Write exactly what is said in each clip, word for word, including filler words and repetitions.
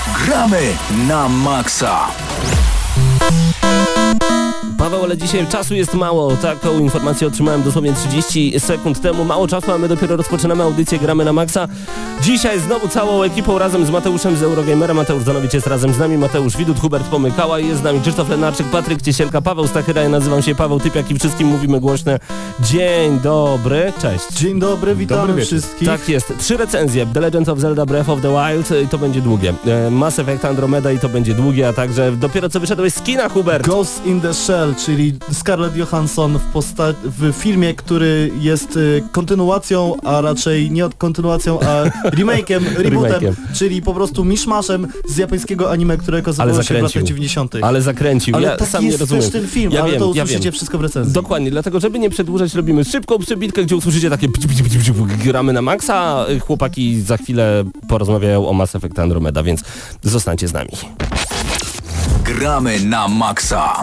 Gramy na maksa. Paweł, ale dzisiaj czasu jest mało. Taką informację otrzymałem dosłownie trzydzieści sekund temu. Mało czasu, a my dopiero rozpoczynamy audycję Gramy na maksa. Dzisiaj znowu całą ekipą razem z Mateuszem z Eurogamera. Mateusz Zanowicz jest razem z nami, Mateusz Widut, Hubert Pomykała i jest z nami Krzysztof Lenarczyk, Patryk Ciesielka, Paweł Stachyra. Ja nazywam się Paweł Typiak i wszystkim mówimy głośne dzień dobry, cześć. Dzień dobry, witamy dobry wszystkich. Tak jest, trzy recenzje. The Legend of Zelda Breath of the Wild i to będzie długie. Mass Effect Andromeda i to będzie długie, a także dopiero co wyszedłeś z kina, Hubert. Ghost in the Shell, czyli Scarlett Johansson w, posta- w filmie, który jest y, kontynuacją, a raczej nie od kontynuacją, a remake'em, rebootem, Remake'em. czyli po prostu miszmaszem z japońskiego anime, którego zakończyło się w latach dziewięćdziesiątych. Ale zakręcił, ale ja taki sam nie jest rozumiem. też ten film, ja ale wiem, to ja usłyszycie wiem. wszystko w recenzji. Dokładnie, dlatego żeby nie przedłużać, robimy szybką przebitkę, gdzie usłyszycie takie gramy na maksa. Chłopaki za chwilę porozmawiają o Mass Effect Andromeda, więc zostańcie z nami. Gramy na maksa.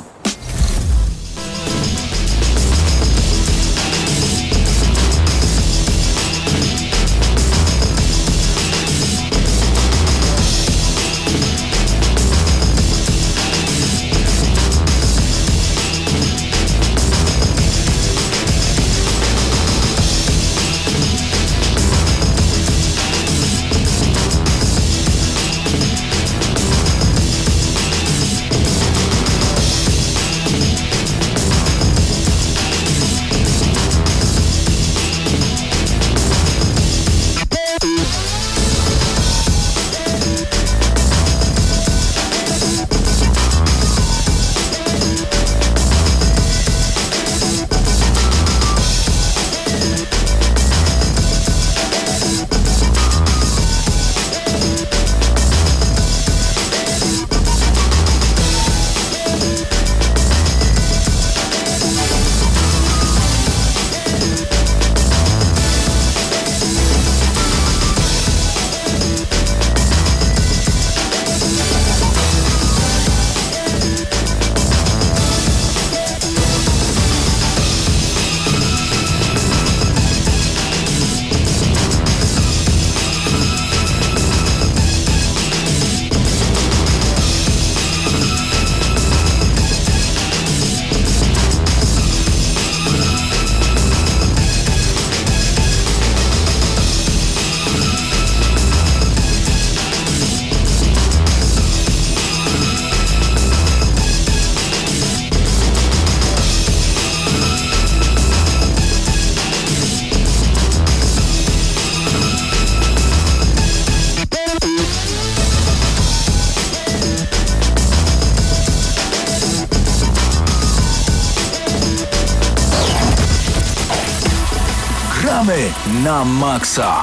Gramy na maksa.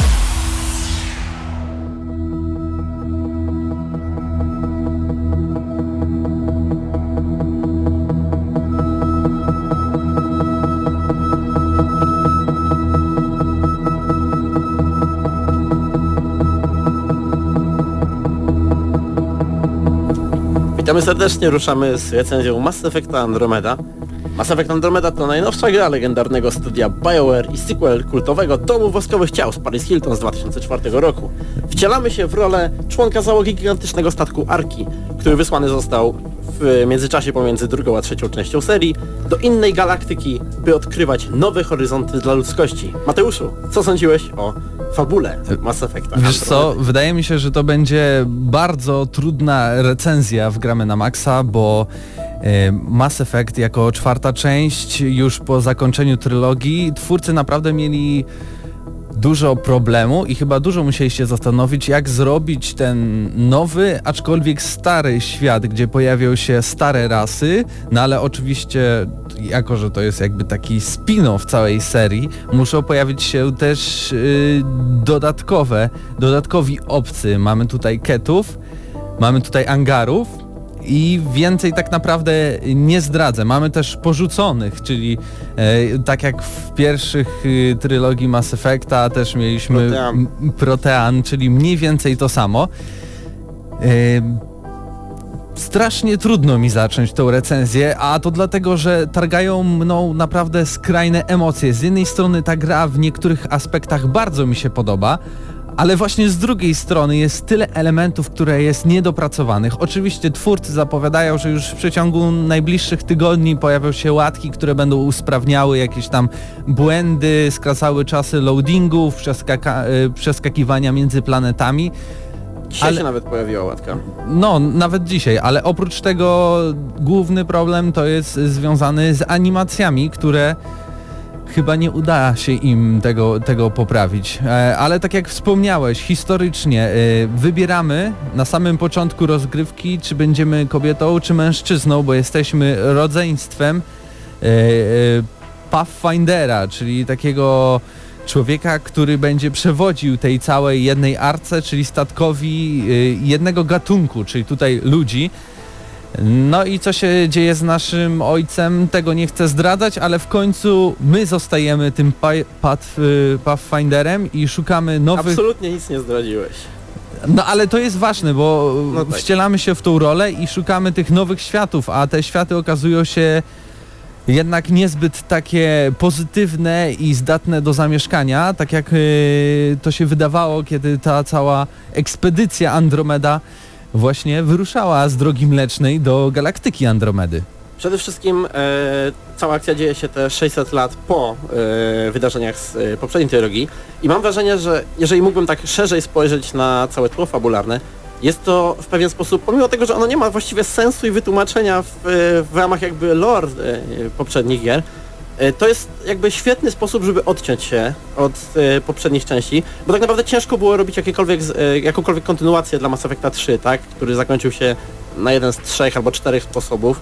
Witamy serdecznie, ruszamy z recenzją Mass Effecta Andromeda. Mass Effect Andromeda to najnowsza gra legendarnego studia BioWare i sequel kultowego Domu Woskowych Ciał z Paris Hilton z dwa tysiące czwartego roku. Wcielamy się w rolę członka załogi gigantycznego statku Arki, który wysłany został w międzyczasie pomiędzy drugą a trzecią częścią serii do innej galaktyki, by odkrywać nowe horyzonty dla ludzkości. Mateuszu, co sądziłeś o fabule Mass Effecta Andromeda? Wiesz co, wydaje mi się, że to będzie bardzo trudna recenzja w Gramy na Maxa, bo Mass Effect jako czwarta część, już po zakończeniu trylogii, twórcy naprawdę mieli dużo problemu i chyba dużo musieli się zastanowić, jak zrobić ten nowy, aczkolwiek stary świat, gdzie pojawią się stare rasy, no ale oczywiście, jako że to jest jakby taki spin-off całej serii, muszą pojawić się też yy, dodatkowe, dodatkowi obcy. Mamy tutaj ketów, mamy tutaj angarów, i więcej tak naprawdę nie zdradzę. Mamy też porzuconych, czyli e, tak jak w pierwszych y, trylogii Mass Effecta też mieliśmy Protean. m, Protean, czyli mniej więcej to samo. E, strasznie trudno mi zacząć tą recenzję, a to dlatego, że targają mną naprawdę skrajne emocje. Z jednej strony ta gra w niektórych aspektach bardzo mi się podoba, Ale właśnie z drugiej strony jest tyle elementów, które jest niedopracowanych. Oczywiście twórcy zapowiadają, że już w przeciągu najbliższych tygodni pojawią się łatki, które będą usprawniały jakieś tam błędy, skracały czasy loadingów, przeskaka- przeskakiwania między planetami. Dzisiaj Ale- się nawet pojawiła łatka. No, nawet dzisiaj, ale oprócz tego główny problem to jest związany z animacjami, które chyba nie uda się im tego, tego poprawić. E, ale tak jak wspomniałeś, historycznie e, wybieramy na samym początku rozgrywki, czy będziemy kobietą, czy mężczyzną, bo jesteśmy rodzeństwem e, e, Pathfindera, czyli takiego człowieka, który będzie przewodził tej całej jednej arce, czyli statkowi e, jednego gatunku, czyli tutaj ludzi. No i co się dzieje z naszym ojcem, tego nie chcę zdradzać, ale w końcu my zostajemy tym pa- path, y, Pathfinderem i szukamy nowych... Absolutnie nic nie zdradziłeś. No ale to jest ważne, bo No tak. wcielamy się w tą rolę i szukamy tych nowych światów, a te światy okazują się jednak niezbyt takie pozytywne i zdatne do zamieszkania, tak jak y, to się wydawało, kiedy ta cała ekspedycja Andromeda właśnie wyruszała z Drogi Mlecznej do galaktyki Andromedy. Przede wszystkim e, cała akcja dzieje się te sześćset lat po e, wydarzeniach z e, poprzedniej trilogii i mam wrażenie, że jeżeli mógłbym tak szerzej spojrzeć na całe tło fabularne, jest to w pewien sposób, pomimo tego, że ono nie ma właściwie sensu i wytłumaczenia w, w ramach jakby lore e, poprzednich gier, e, to jest jakby świetny sposób, żeby odciąć się od e, poprzednich części, bo tak naprawdę ciężko było robić jakiekolwiek, z- e, jakąkolwiek kontynuację dla Mass Effecta trzy, tak, który zakończył się na jeden z trzech albo czterech sposobów.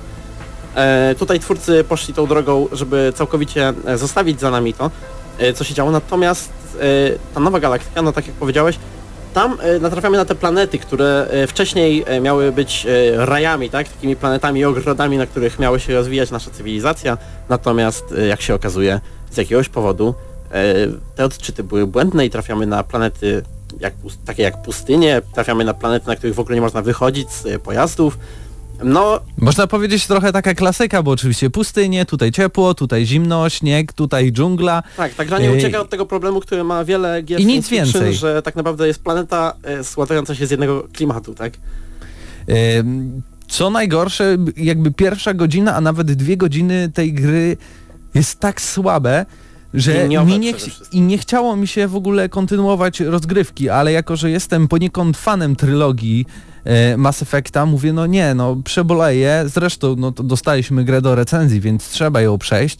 E, tutaj twórcy poszli tą drogą, żeby całkowicie e, zostawić za nami to, e, co się działo, natomiast e, ta nowa galaktyka, no tak jak powiedziałeś, tam e, natrafiamy na te planety, które e, wcześniej e, miały być e, rajami, tak, takimi planetami i ogrodami, na których miały się rozwijać nasza cywilizacja, natomiast e, jak się okazuje, z jakiegoś powodu e, te odczyty były błędne i trafiamy na planety jak, pust- takie jak pustynie, trafiamy na planety, na których w ogóle nie można wychodzić z e, pojazdów. No, Można powiedzieć trochę taka klasyka, bo oczywiście pustynie, tutaj ciepło, tutaj zimno, śnieg, tutaj dżungla. tak, ta gra nie Ej. ucieka od tego problemu, który ma wiele gier I nic science fiction, więcej. że tak naprawdę jest planeta e, składająca się z jednego klimatu, tak? Ym, Co najgorsze, jakby pierwsza godzina, a nawet dwie godziny tej gry jest tak słabe, że Liniowe mi nie, przede ch- wszystkim. i nie chciało mi się w ogóle kontynuować rozgrywki, ale jako, że jestem poniekąd fanem trylogii e, Mass Effecta, mówię, no nie, no przeboleję, zresztą no to dostaliśmy grę do recenzji, więc trzeba ją przejść.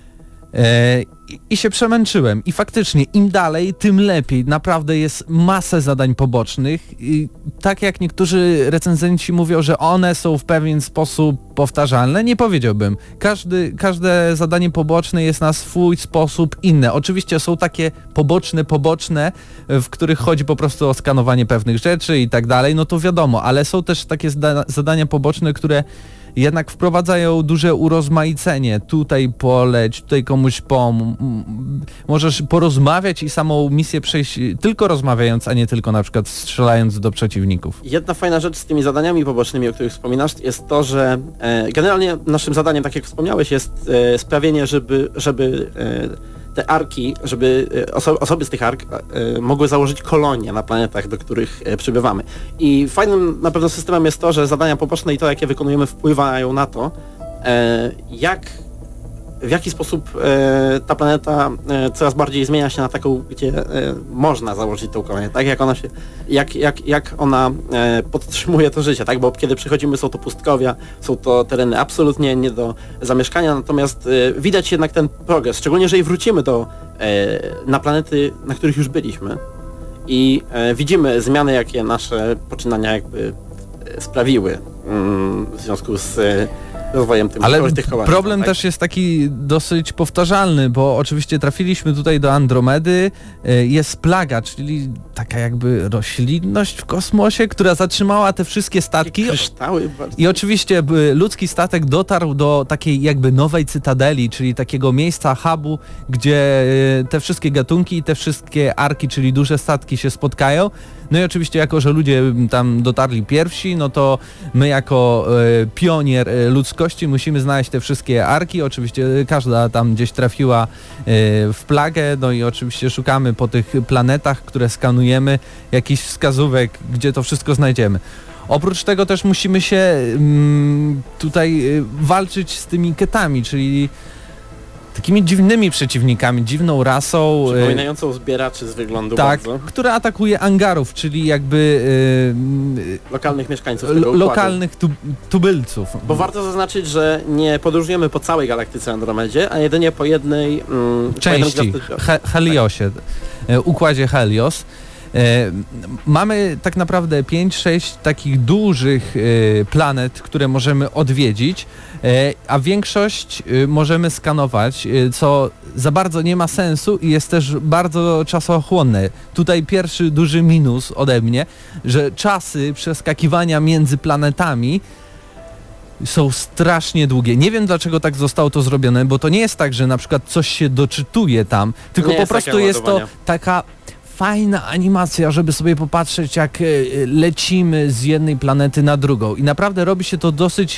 E, i, I się przemęczyłem i faktycznie im dalej, tym lepiej. Naprawdę jest masę zadań pobocznych i tak jak niektórzy recenzenci mówią, że one są w pewien sposób powtarzalne, nie powiedziałbym. Każdy, każde zadanie poboczne jest na swój sposób inne. Oczywiście są takie poboczne, poboczne, w których chodzi po prostu o skanowanie pewnych rzeczy i tak dalej, no to wiadomo, ale są też takie zda- zadania poboczne, które jednak wprowadzają duże urozmaicenie. Tutaj poleć, tutaj komuś pomóc. Możesz porozmawiać i samą misję przejść tylko rozmawiając, a nie tylko na przykład strzelając do przeciwników. Jedna fajna rzecz z tymi zadaniami pobocznymi, o których wspominasz, jest to, że e, generalnie naszym zadaniem, tak jak wspomniałeś, jest e, sprawienie, żeby, żeby e, te arki, żeby e, oso- osoby z tych ark e, mogły założyć kolonie na planetach, do których e, przybywamy. I fajnym na pewno systemem jest to, że zadania poboczne i to, jakie wykonujemy, wpływają na to, e, jak w jaki sposób e, ta planeta e, coraz bardziej zmienia się na taką, gdzie e, można założyć tą kolonię, tak? Jak ona się, jak, jak, jak ona e, podtrzymuje to życie, tak? Bo kiedy przychodzimy, są to pustkowia, są to tereny absolutnie nie do zamieszkania, natomiast e, widać jednak ten progres, szczególnie jeżeli wrócimy do, e, na planety, na których już byliśmy i e, widzimy zmiany, jakie nasze poczynania jakby e, sprawiły mm, w związku z e, rozwojem tym, Ale tych kolonii. problem tak? też jest taki dosyć powtarzalny, bo oczywiście trafiliśmy tutaj do Andromedy, y, jest plaga, czyli taka jakby roślinność w kosmosie, która zatrzymała te wszystkie statki. Kryształy bardzo. I oczywiście y, ludzki statek dotarł do takiej jakby nowej cytadeli, czyli takiego miejsca, hubu, gdzie y, te wszystkie gatunki i te wszystkie arki, czyli duże statki się spotkają. No i oczywiście jako, że ludzie tam dotarli pierwsi, no to my jako e, pionier e, ludzkości musimy znaleźć te wszystkie arki. Oczywiście każda tam gdzieś trafiła e, w plagę, no i oczywiście szukamy po tych planetach, które skanujemy, jakichś wskazówek, gdzie to wszystko znajdziemy. Oprócz tego też musimy się mm, tutaj y, walczyć z tymi ketami, czyli takimi dziwnymi przeciwnikami, dziwną rasą. Przypominającą zbieraczy z wyglądu tak, bardzo. która atakuje Angarów, czyli jakby y, lokalnych mieszkańców tego układu. lokalnych tu, tubylców. Bo warto zaznaczyć, że nie podróżujemy po całej galaktyce Andromedzie, a jedynie po jednej mm, części, po jednym gwiazdo- He, Heliosie, tak. układzie Helios. E, mamy tak naprawdę pięć sześć takich dużych e, planet, które możemy odwiedzić, e, a większość e, możemy skanować, e, co za bardzo nie ma sensu i jest też bardzo czasochłonne. Tutaj pierwszy duży minus ode mnie, że czasy przeskakiwania między planetami są strasznie długie. Nie wiem, dlaczego tak zostało to zrobione, bo to nie jest tak, że na przykład coś się doczytuje tam, tylko Nie po jest prostu takie jest to ładowanie. taka fajna animacja, żeby sobie popatrzeć, jak e, lecimy z jednej planety na drugą. I naprawdę robi się to dosyć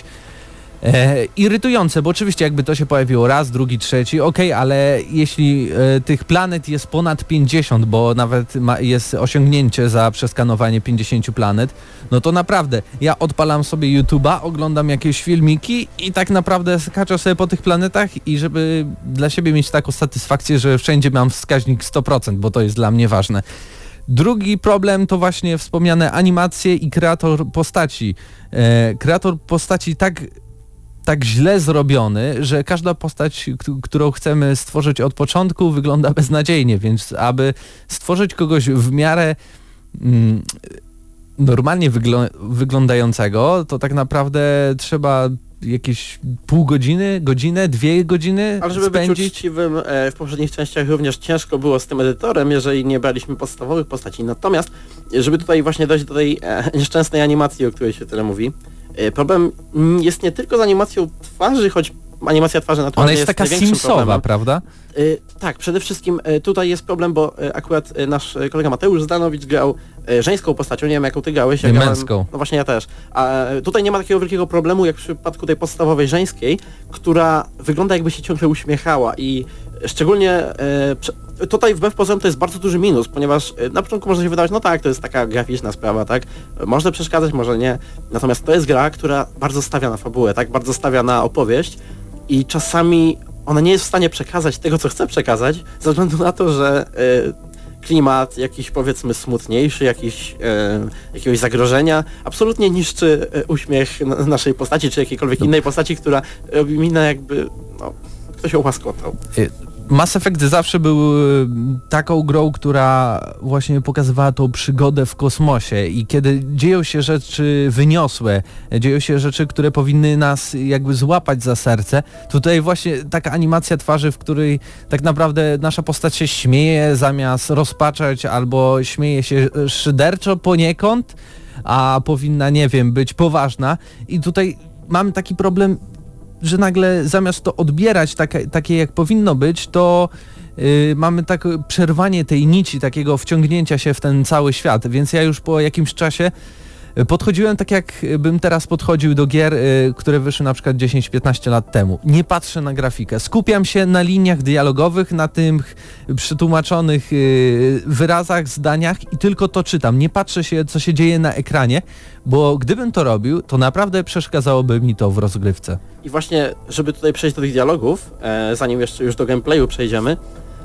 e, irytujące, bo oczywiście jakby to się pojawiło raz, drugi, trzeci, okej, okay, ale jeśli e, tych planet jest ponad pięćdziesiąt, bo nawet ma, jest osiągnięcie za przeskanowanie pięćdziesiąt planet, no to naprawdę ja odpalam sobie YouTube'a, oglądam jakieś filmiki i tak naprawdę skaczę sobie po tych planetach i żeby dla siebie mieć taką satysfakcję, że wszędzie mam wskaźnik sto procent, bo to jest dla mnie ważne. Drugi problem to właśnie wspomniane animacje i kreator postaci. E, kreator postaci tak tak źle zrobiony, że każda postać, k- którą chcemy stworzyć od początku, wygląda beznadziejnie, więc aby stworzyć kogoś w miarę mm, normalnie wygl- wyglądającego, to tak naprawdę trzeba jakieś pół godziny, godzinę, dwie godziny Ale żeby spędzić. być uczciwym, e, w poprzednich częściach również ciężko było z tym edytorem, jeżeli nie braliśmy podstawowych postaci. Natomiast, żeby tutaj właśnie dojść do tej e, nieszczęsnej animacji, o której się tyle mówi, e, problem jest nie tylko z animacją twarzy, choć animacja twarzy naturalnie Ona jest, jest taka największym simsowa, problemem. prawda? Y, tak, przede wszystkim y, tutaj jest problem, bo y, akurat y, nasz y, kolega Mateusz Zdanowicz grał y, żeńską postacią, nie wiem jaką ty grałeś. Ja Nie, grałem, męską. No właśnie ja też. A y, tutaj nie ma takiego wielkiego problemu jak w przypadku tej podstawowej żeńskiej, która wygląda jakby się ciągle uśmiechała i szczególnie y, prze- tutaj wbrew pozorom to jest bardzo duży minus, ponieważ y, na początku może się wydawać, no tak, to jest taka graficzna sprawa, tak? Może przeszkadzać, może nie. Natomiast to jest gra, która bardzo stawia na fabułę, tak? Bardzo stawia na opowieść i czasami ona nie jest w stanie przekazać tego, co chce przekazać, ze względu na to, że y, klimat jakiś powiedzmy smutniejszy, jakiś, y, jakiegoś zagrożenia absolutnie niszczy y, uśmiech na, naszej postaci, czy jakiejkolwiek innej postaci, która robi minę jakby, no, ktoś ją łaskotał. Mass Effect zawsze był y, taką grą, która właśnie pokazywała tą przygodę w kosmosie i kiedy dzieją się rzeczy wyniosłe, dzieją się rzeczy, które powinny nas jakby złapać za serce, tutaj właśnie taka animacja twarzy, w której tak naprawdę nasza postać się śmieje zamiast rozpaczać albo śmieje się szyderczo poniekąd, a powinna, nie wiem, być poważna i tutaj mamy taki problem, że nagle zamiast to odbierać takie, takie jak powinno być, to yy, mamy takie przerwanie tej nici, takiego wciągnięcia się w ten cały świat, więc ja już po jakimś czasie podchodziłem tak jak bym teraz podchodził do gier, yy, które wyszły na przykład dziesięć piętnaście lat temu. Nie patrzę na grafikę, skupiam się na liniach dialogowych, na tych przetłumaczonych yy, wyrazach, zdaniach i tylko to czytam. Nie patrzę się, co się dzieje na ekranie, bo gdybym to robił, to naprawdę przeszkadzałoby mi to w rozgrywce. I właśnie, żeby tutaj przejść do tych dialogów, e, zanim jeszcze już do gameplayu przejdziemy,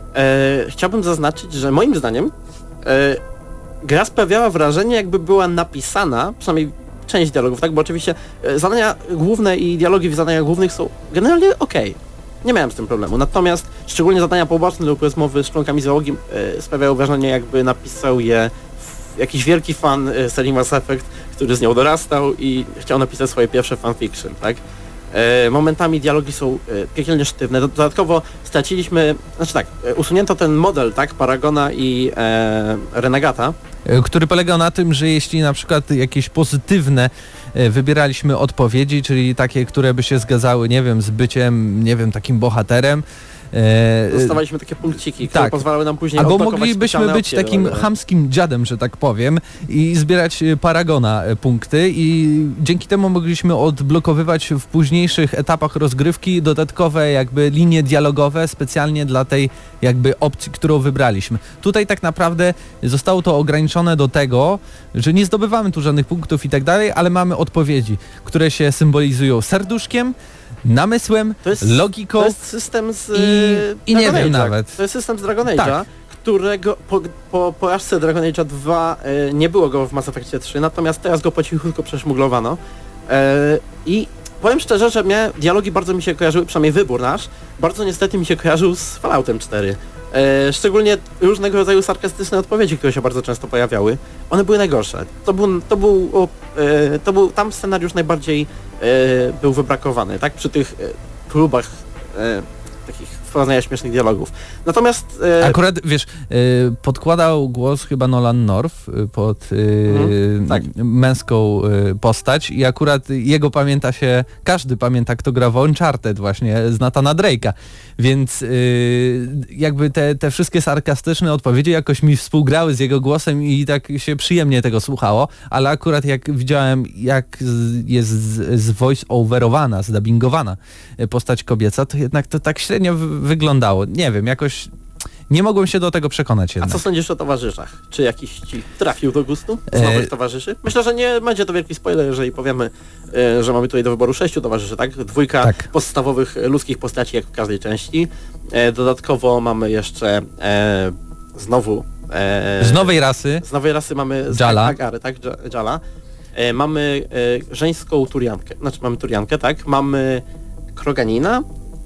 e, chciałbym zaznaczyć, że moim zdaniem e, gra sprawiała wrażenie, jakby była napisana, przynajmniej część dialogów, tak? Bo oczywiście e, zadania główne i dialogi w zadaniach głównych są generalnie okej. Nie miałem z tym problemu. Natomiast szczególnie zadania poboczne lub rozmowy z członkami załogi e, sprawiały wrażenie, jakby napisał je w, jakiś wielki fan e, serii Mass Effect, który z nią dorastał i chciał napisać swoje pierwsze fanfiction, tak? E, momentami dialogi są e, piekielnie sztywne. Dodatkowo straciliśmy, znaczy tak, e, usunięto ten model, tak, Paragona i e, Renegata. Który polegał na tym, że jeśli na przykład jakieś pozytywne e, wybieraliśmy odpowiedzi, czyli takie, które by się zgadzały, nie wiem, z byciem, nie wiem, takim bohaterem, E, Dostawaliśmy takie punkciki, które tak. pozwalały nam później Albo odblokować moglibyśmy specjalne być opcje takim dialogowe. chamskim dziadem, że tak powiem, i zbierać e, paragona e, punkty i dzięki temu mogliśmy odblokowywać w późniejszych etapach rozgrywki dodatkowe jakby linie dialogowe specjalnie dla tej jakby opcji, którą wybraliśmy. Tutaj tak naprawdę zostało to ograniczone do tego, że nie zdobywamy tu żadnych punktów i tak dalej, ale mamy odpowiedzi, które się symbolizują serduszkiem, namysłem, To jest, logiką. to jest system z I- i nie Dragon wiem Age'a. nawet. To jest system z Dragon Age'a, Tak. którego po, po porażce Dragon Age'a dwa e, nie było go w Mass Effectie trzy, natomiast teraz go po cichutku przeszmuglowano. E, I powiem szczerze, że mnie dialogi bardzo mi się kojarzyły, przynajmniej wybór nasz, bardzo niestety mi się kojarzył z Falloutem cztery. E, szczególnie różnego rodzaju sarkastyczne odpowiedzi, które się bardzo często pojawiały. One były najgorsze. To był, to był, o, e, to był tam scenariusz najbardziej e, był wybrakowany, tak? Przy tych e, próbach e, takich wprowadzenia śmiesznych dialogów. Natomiast... E, Akurat, wiesz, y, podkładał głos chyba Nolan North y, pod y, Mhm, tak. męską y, postać i akurat jego pamięta się, każdy pamięta, kto gra w Uncharted właśnie z Nathana Drake'a, więc y, jakby te, te wszystkie sarkastyczne odpowiedzi jakoś mi współgrały z jego głosem i tak się przyjemnie tego słuchało, ale akurat jak widziałem, jak z, jest z, z voice-overowana, zdubbingowana y, postać kobieca, to jednak to tak średnio w, wyglądało. Nie wiem, jakoś nie mogłem się do tego przekonać A jednak. co sądzisz o towarzyszach? Czy jakiś ci trafił do gustu z E, nowych towarzyszy? Myślę, że nie będzie to wielki spoiler, jeżeli powiemy, e, że mamy tutaj do wyboru sześciu towarzyszy, tak? Dwójka Tak. podstawowych e, ludzkich postaci, jak w każdej części. E, dodatkowo mamy jeszcze e, znowu... E, Z nowej rasy, z nowej rasy mamy z Jala. Agary, tak? Dż- Jala. E, mamy e, żeńską Turiankę, znaczy mamy Turiankę, tak? Mamy Kroganina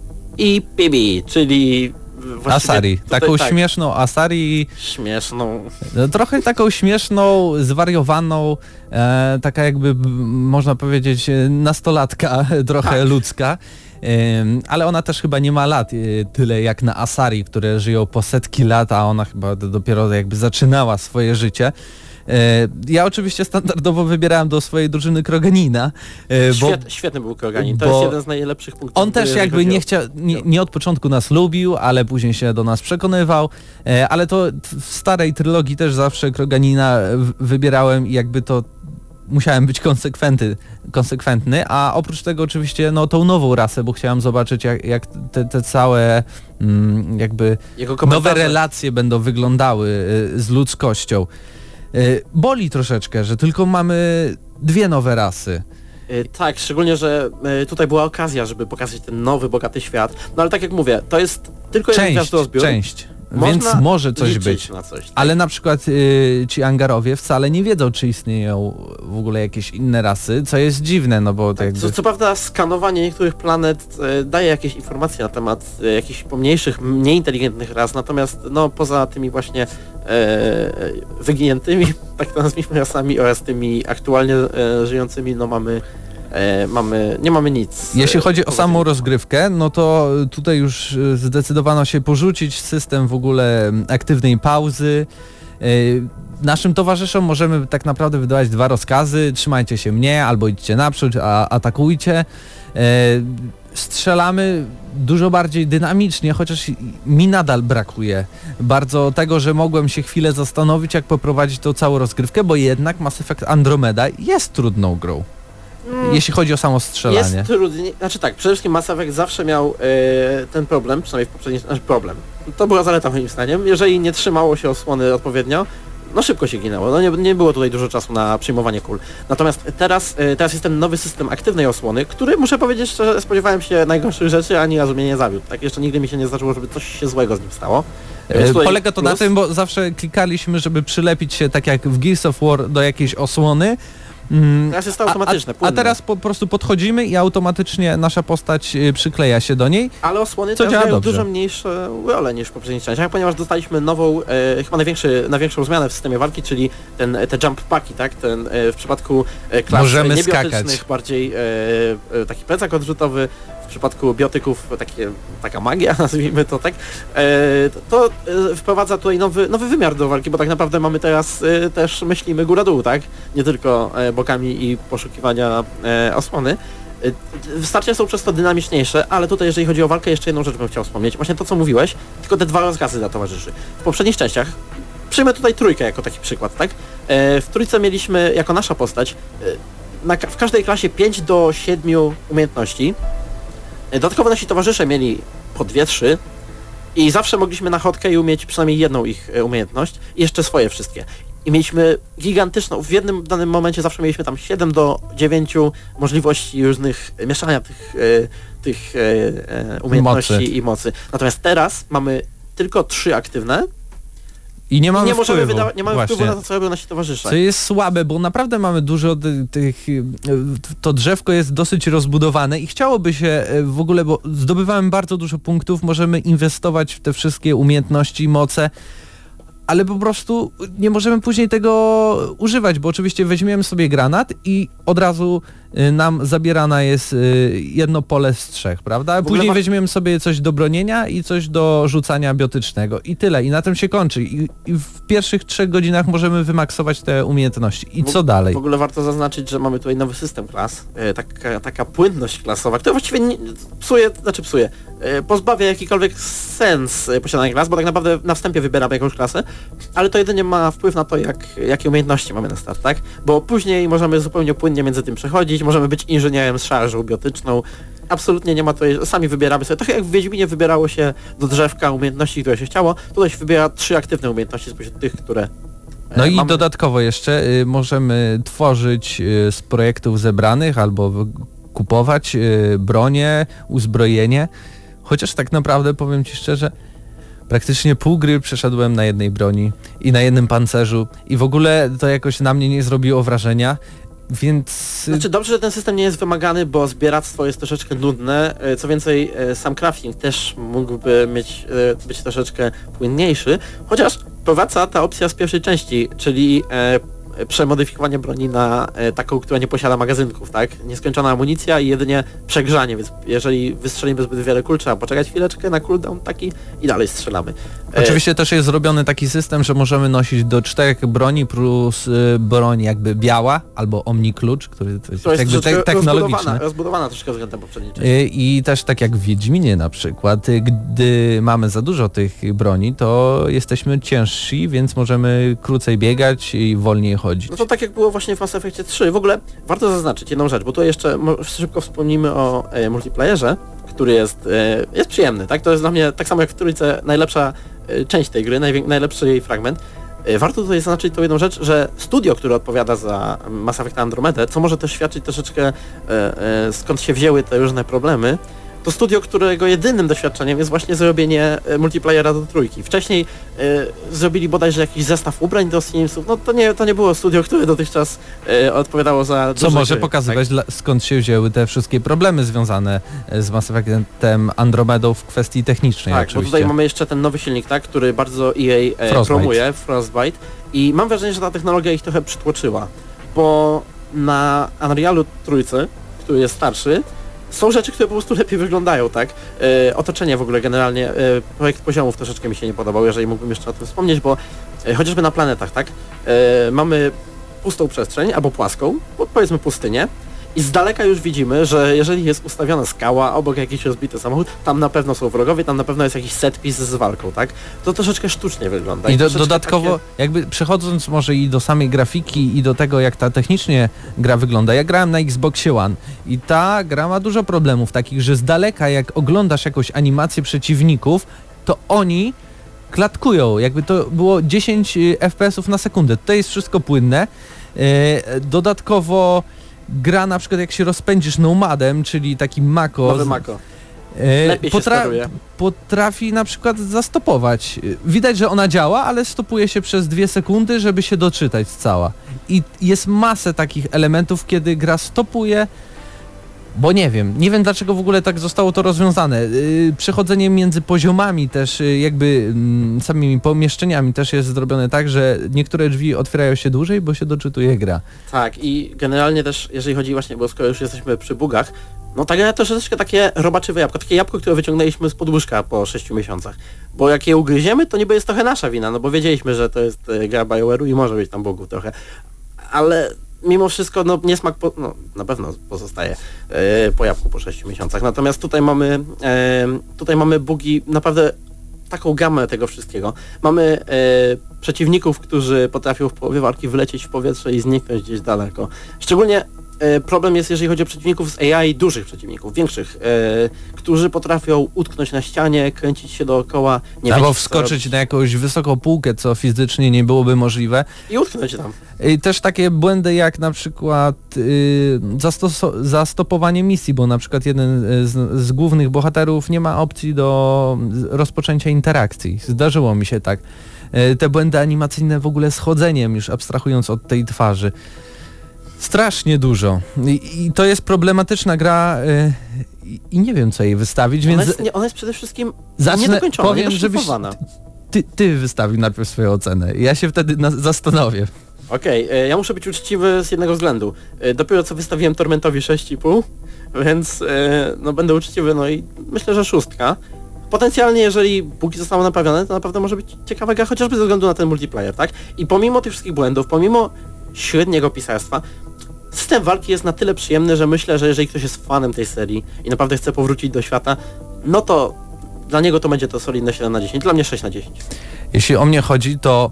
i Pibi, czyli właściwie Asari. tutaj, Taką tak, śmieszną Asari, śmieszną. no, trochę taką śmieszną, zwariowaną, e, taka jakby m, można powiedzieć e, nastolatka, trochę Tak. ludzka. Ym, ale ona też chyba nie ma lat y, tyle jak na Asari, które żyją po setki lat, a ona chyba d- dopiero jakby zaczynała swoje życie. Y, ja oczywiście standardowo wybierałem do swojej drużyny Kroganina, y, bo Świet, świetny był Kroganin, to bo jest jeden z najlepszych punktów. on też jeżeli jakby chodzi o- nie chciał, nie, nie od początku nas lubił, ale później się do nas przekonywał, e, ale to w starej trylogii też zawsze Kroganina w- wybierałem i jakby to musiałem być konsekwentny, konsekwentny, a oprócz tego oczywiście no tą nową rasę, bo chciałem zobaczyć jak, jak te, te całe mm, jakby Jego nowe komentarze. relacje będą wyglądały y, z ludzkością. Y, boli troszeczkę, że tylko mamy dwie nowe rasy. Y, Tak, szczególnie, że y, tutaj była okazja, żeby pokazać ten nowy, bogaty świat. No ale tak jak mówię, to jest tylko jeden Część, gwiazdozbiór. część. Można Więc może coś liczyć być. na coś. Tak? Ale na przykład y, ci Angarowie wcale nie wiedzą, czy istnieją w ogóle jakieś inne rasy, co jest dziwne, no bo to Tak, jakby... co, co prawda skanowanie niektórych planet e, daje jakieś informacje na temat e, jakichś pomniejszych, mniej inteligentnych ras, natomiast no poza tymi właśnie e, wyginiętymi, tak to nazwijmy rasami, oraz tymi aktualnie e, żyjącymi, no mamy, e, mamy, nie mamy nic. Jeśli e, chodzi o powodzenia. samą rozgrywkę, no to tutaj już y, zdecydowano się porzucić system w ogóle mm, aktywnej pauzy. Y, Naszym towarzyszom możemy tak naprawdę wydawać dwa rozkazy, trzymajcie się mnie albo idźcie naprzód, a atakujcie. Y, Strzelamy dużo bardziej dynamicznie, chociaż mi nadal brakuje bardzo tego, że mogłem się chwilę zastanowić, jak poprowadzić tą całą rozgrywkę, bo jednak Mass Effect Andromeda jest trudną grą, Mm, jeśli chodzi o samo strzelanie. Jest trudniej, znaczy tak, przede wszystkim Mass Effect zawsze miał e, ten problem, przynajmniej w poprzedniej, znaczy problem. To była zaleta moim zdaniem, jeżeli nie trzymało się osłony odpowiednio, no szybko się ginęło, no nie, nie było tutaj dużo czasu na przyjmowanie kul. Natomiast teraz, e, teraz jest ten nowy system aktywnej osłony, który muszę powiedzieć szczerze, spodziewałem się najgorszych rzeczy, ani razu mnie nie zawiódł. Tak jeszcze nigdy mi się nie zdarzyło, żeby coś się złego z nim stało. Więc E, tutaj Polega to na plus. tym, bo zawsze klikaliśmy, żeby przylepić się tak jak w Gears of War do jakiejś osłony. Mm, Teraz jest to a- automatyczne, A, a płynne. teraz po prostu podchodzimy i automatycznie nasza postać y, przykleja się do niej. Ale osłony Co teraz działa grają dobrze. dużo mniejsze rolę niż w poprzednich częściach, ponieważ dostaliśmy nową, e, chyba największy, największą zmianę w systemie walki, czyli ten, te jump packi, tak? Ten, e, w przypadku e, klas Możemy niebiotycznych skakać. bardziej e, e, taki plecak odrzutowy, w przypadku biotyków takie, taka magia, nazwijmy to tak, e, to e, wprowadza tutaj nowy, nowy wymiar do walki, bo tak naprawdę mamy teraz e, też myślimy góra-dół, tak? Nie tylko e, bokami i poszukiwania e, osłony. Starcia są przez to dynamiczniejsze, ale tutaj jeżeli chodzi o walkę, jeszcze jedną rzecz bym chciał wspomnieć. Właśnie to co mówiłeś, tylko te dwa rozkazy dla towarzyszy. W poprzednich częściach, przyjmę tutaj trójkę jako taki przykład, tak? W trójce mieliśmy jako nasza postać na, w każdej klasie pięć do siedmiu umiejętności. Dodatkowo nasi towarzysze mieli po dwie, trzy i zawsze mogliśmy na chodkę i umieć przynajmniej jedną ich umiejętność i jeszcze swoje wszystkie. I mieliśmy gigantyczną, w jednym danym momencie zawsze mieliśmy tam siedem do dziewięciu możliwości różnych mieszania tych, tych umiejętności mocy. i mocy. Natomiast teraz mamy tylko trzy aktywne. I nie mamy I nie możemy wpływu. wydawać, nie mamy Właśnie. wpływu na to, co robią nasi towarzysze. Co jest słabe, bo naprawdę mamy dużo tych... To drzewko jest dosyć rozbudowane i chciałoby się w ogóle, bo zdobywamy bardzo dużo punktów, możemy inwestować w te wszystkie umiejętności, moce, ale po prostu nie możemy później tego używać, bo oczywiście weźmiemy sobie granat i od razu nam zabierana jest jedno pole z trzech, prawda? Później weźmiemy sobie coś do bronienia i coś do rzucania biotycznego i tyle. I na tym się kończy. I, i w pierwszych trzech godzinach możemy wymaksować te umiejętności. I co dalej? W ogóle warto zaznaczyć, że mamy tutaj nowy system klas, taka, taka płynność klasowa, która właściwie nie, psuje, znaczy psuje, pozbawia jakikolwiek sens posiadania klas, bo tak naprawdę na wstępie wybieramy jakąś klasę, ale to jedynie ma wpływ na to, jak, jakie umiejętności mamy na start, tak? Bo później możemy zupełnie płynnie między tym przechodzić, możemy być inżynierem z szarżą biotyczną, absolutnie nie ma tutaj, sami wybieramy sobie, tak jak w Wiedźminie wybierało się do drzewka umiejętności, które się chciało, tutaj się wybiera trzy aktywne umiejętności spośród tych, które No e, i mamy. dodatkowo jeszcze y, możemy tworzyć y, z projektów zebranych albo w, kupować y, bronię, uzbrojenie, chociaż tak naprawdę powiem Ci szczerze, praktycznie pół gry przeszedłem na jednej broni i na jednym pancerzu i w ogóle to jakoś na mnie nie zrobiło wrażenia, więc... Znaczy dobrze, że ten system nie jest wymagany, bo zbieractwo jest troszeczkę nudne, co więcej sam crafting też mógłby mieć, być troszeczkę płynniejszy, chociaż powraca ta opcja z pierwszej części, czyli przemodyfikowanie broni na e, taką, która nie posiada magazynków, tak? Nieskończona amunicja i jedynie przegrzanie, więc jeżeli wystrzelimy zbyt wiele kul, trzeba poczekać chwileczkę na cooldown taki i dalej strzelamy. E, Oczywiście też jest zrobiony taki system, że możemy nosić do czterech broni plus y, broń jakby biała albo omni-klucz, który to jest, to jest jakby te, technologiczny. Rozbudowana, rozbudowana troszkę względem poprzedniej części. Y, I też tak jak w Wiedźminie na przykład, y, gdy mamy za dużo tych broni, to jesteśmy ciężsi, więc możemy krócej biegać i wolniej chodzić. No to tak jak było właśnie w Mass Effectie trzy. W ogóle warto zaznaczyć jedną rzecz, bo tu jeszcze szybko wspomnimy o e, multiplayerze, który jest, e, jest przyjemny, tak? To jest dla mnie, tak samo jak w trójce, najlepsza e, część tej gry, najwię- najlepszy jej fragment. E, warto tutaj zaznaczyć tą jedną rzecz, że studio, które odpowiada za Mass Effect Andromedę, co może też świadczyć troszeczkę e, e, skąd się wzięły te różne problemy, to studio, którego jedynym doświadczeniem jest właśnie zrobienie e, multiplayera do trójki. Wcześniej e, zrobili bodajże jakiś zestaw ubrań do Simsów, no to nie, to nie było studio, które dotychczas e, odpowiadało za Co duże może gry, pokazywać, tak? dla, skąd się wzięły te wszystkie problemy związane z Mass Effectem Andromedą w kwestii technicznej. Tak, oczywiście. bo tutaj mamy jeszcze ten nowy silnik, tak, który bardzo E A e, Frostbite. promuje, Frostbite, i mam wrażenie, że ta technologia ich trochę przytłoczyła, bo na Unrealu trójce, który jest starszy, są rzeczy, które po prostu lepiej wyglądają, tak? E, otoczenie w ogóle generalnie, e, projekt poziomów troszeczkę mi się nie podobał, jeżeli mógłbym jeszcze o tym wspomnieć, bo e, chociażby na planetach, tak? E, mamy pustą przestrzeń, albo płaską, bo powiedzmy pustynię, i z daleka już widzimy, że jeżeli jest ustawiona skała obok jakiś rozbity samochód, tam na pewno są wrogowie, tam na pewno jest jakiś set piece z walką, tak? To troszeczkę sztucznie wygląda. I do, troszeczkę dodatkowo, takie... jakby przechodząc może i do samej grafiki i do tego, jak ta technicznie gra wygląda. Ja grałem na Xboxie One i ta gra ma dużo problemów takich, że z daleka jak oglądasz jakąś animację przeciwników, to oni klatkują, jakby to było dziesięć F P S-ów na sekundę. To jest wszystko płynne. E, dodatkowo gra na przykład jak się rozpędzisz nomadem, czyli taki Mako. Nowy Mako. E, Lepiej się steruje. Potrafi na przykład zastopować. Widać, że ona działa, ale stopuje się przez dwie sekundy, żeby się doczytać cała. I jest masę takich elementów, kiedy gra stopuje, bo nie wiem, nie wiem dlaczego w ogóle tak zostało to rozwiązane. Yy, przechodzenie między poziomami też, yy, jakby yy, samymi pomieszczeniami też jest zrobione tak, że niektóre drzwi otwierają się dłużej, bo się doczytuje gra. Tak, i generalnie też, jeżeli chodzi właśnie, bo skoro już jesteśmy przy bugach, no ta gra to troszeczkę takie robaczywe jabłko, takie jabłko, które wyciągnęliśmy z podłóżka po sześciu miesiącach. Bo jak je ugryziemy, to niby jest trochę nasza wina, no bo wiedzieliśmy, że to jest gra BioWare'u i może być tam bugów trochę. Ale mimo wszystko no, niesmak po, no, na pewno pozostaje e, po jabłku po sześciu miesiącach. Natomiast tutaj mamy e, tutaj mamy bugi, naprawdę taką gamę tego wszystkiego. Mamy e, przeciwników, którzy potrafią w połowie walki wlecieć w powietrze i zniknąć gdzieś daleko. Szczególnie e, problem jest, jeżeli chodzi o przeciwników z A I, dużych przeciwników, większych, e, którzy potrafią utknąć na ścianie, kręcić się dookoła, nie Albo wiedzieć, co wskoczyć robić. na jakąś wysoką półkę, co fizycznie nie byłoby możliwe. I utknąć tam. I też takie błędy jak na przykład yy, zastoso- zastopowanie misji, bo na przykład jeden z, z głównych bohaterów nie ma opcji do rozpoczęcia interakcji. Zdarzyło mi się tak. Yy, te błędy animacyjne w ogóle z chodzeniem, już abstrahując od tej twarzy. Strasznie dużo. I, i to jest problematyczna gra yy, i, i nie wiem co jej wystawić, Ona więc jest, nie, ona jest przede wszystkim zacznę- niedokończona, powiem, żebyś- niedoszlifowana. ty, ty wystawił najpierw swoją ocenę. Ja się wtedy na- zastanowię. Okej, okay, ja muszę być uczciwy z jednego względu. E, Dopiero co wystawiłem Tormentowi sześć i pół, więc e, no będę uczciwy, no i myślę, że szóstka. Potencjalnie, jeżeli bugi zostaną naprawione, to naprawdę może być ciekawa gra, chociażby ze względu na ten multiplayer, tak? I pomimo tych wszystkich błędów, pomimo średniego pisarstwa, system walki jest na tyle przyjemny, że myślę, że jeżeli ktoś jest fanem tej serii i naprawdę chce powrócić do świata, no to dla niego to będzie to solidne siedem na dziesięć, dla mnie sześć na dziesięć. Jeśli o mnie chodzi, to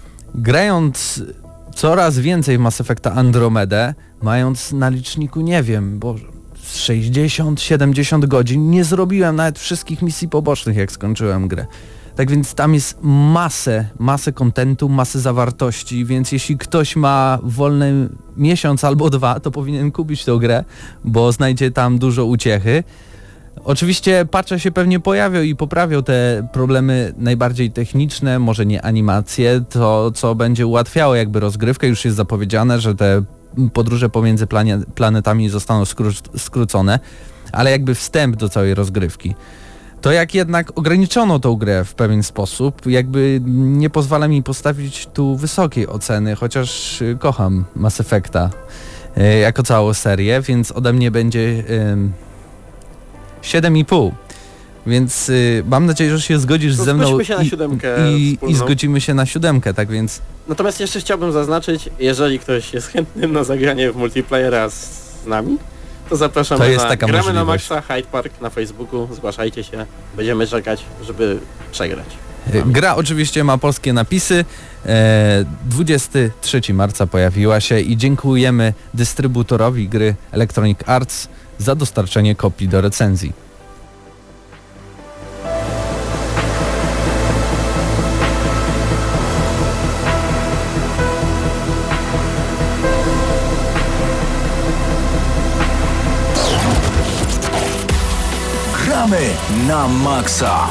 grając coraz więcej w Mass Effecta Andromedę, mając na liczniku, nie wiem, Boże, sześćdziesiąt siedemdziesiąt godzin, nie zrobiłem nawet wszystkich misji pobocznych, jak skończyłem grę. Tak więc tam jest masę, masę kontentu, masę zawartości, więc jeśli ktoś ma wolny miesiąc albo dwa, to powinien kupić tę grę, bo znajdzie tam dużo uciechy. Oczywiście patche się pewnie pojawią i poprawią te problemy najbardziej techniczne, może nie animacje, to co będzie ułatwiało jakby rozgrywkę. Już jest zapowiedziane, że te podróże pomiędzy planie- planetami zostaną skró- skrócone, ale jakby wstęp do całej rozgrywki. To jak jednak ograniczono tą grę w pewien sposób, jakby nie pozwala mi postawić tu wysokiej oceny, chociaż y, kocham Mass Effecta y, jako całą serię, więc ode mnie będzie y, siedem i pół. Więc y, mam nadzieję, że się zgodzisz No, ze mną zgódźmy się na i, siódemkę i, i wspólną. zgodzimy się na siódemkę, tak więc Natomiast jeszcze chciałbym zaznaczyć, jeżeli ktoś jest chętny na zagranie w multiplayera z, z nami, to zapraszamy To jest na taka Gramy na możliwość. Maxa Hyde Park na Facebooku, zgłaszajcie się, będziemy czekać, żeby przegrać. y, gra oczywiście ma polskie napisy. E, dwudziestego trzeciego marca pojawiła się i dziękujemy dystrybutorowi gry Electronic Arts za dostarczenie kopii do recenzji. Gramy na maksa.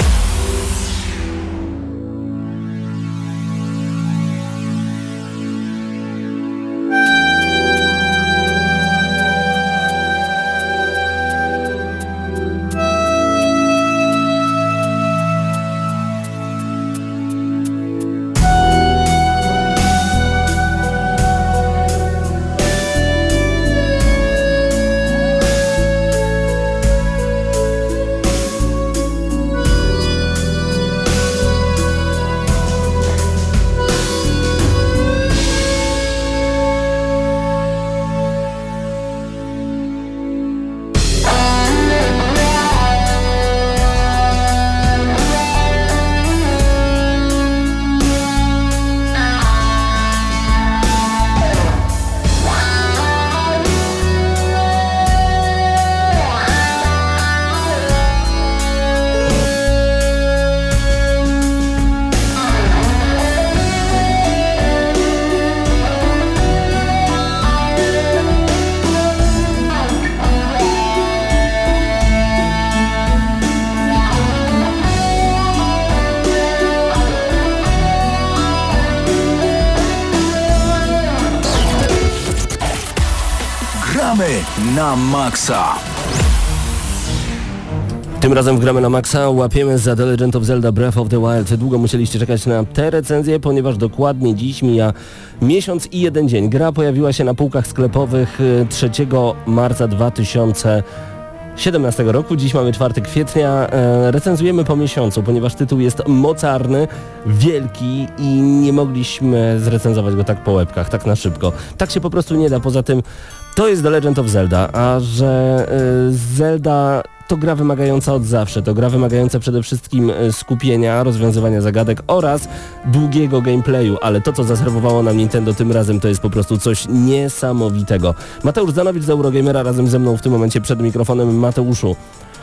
Gramy na maksa. Tym razem w Gramy na Maxa łapiemy za The Legend of Zelda Breath of the Wild. Długo musieliście czekać na te recenzje, ponieważ dokładnie dziś mija miesiąc i jeden dzień. Gra pojawiła się na półkach sklepowych trzeciego marca dwa tysiące siedemnastego roku. Dziś mamy czwartego kwietnia. E, recenzujemy po miesiącu, ponieważ tytuł jest mocarny, wielki i nie mogliśmy zrecenzować go tak po łebkach, tak na szybko. Tak się po prostu nie da. Poza tym to jest The Legend of Zelda, a że e, Zelda to gra wymagająca od zawsze, to gra wymagająca przede wszystkim skupienia, rozwiązywania zagadek oraz długiego gameplayu, ale to, co zaserwowało nam Nintendo tym razem, to jest po prostu coś niesamowitego. Mateusz Zanowicz z Eurogamera razem ze mną w tym momencie przed mikrofonem. Mateuszu,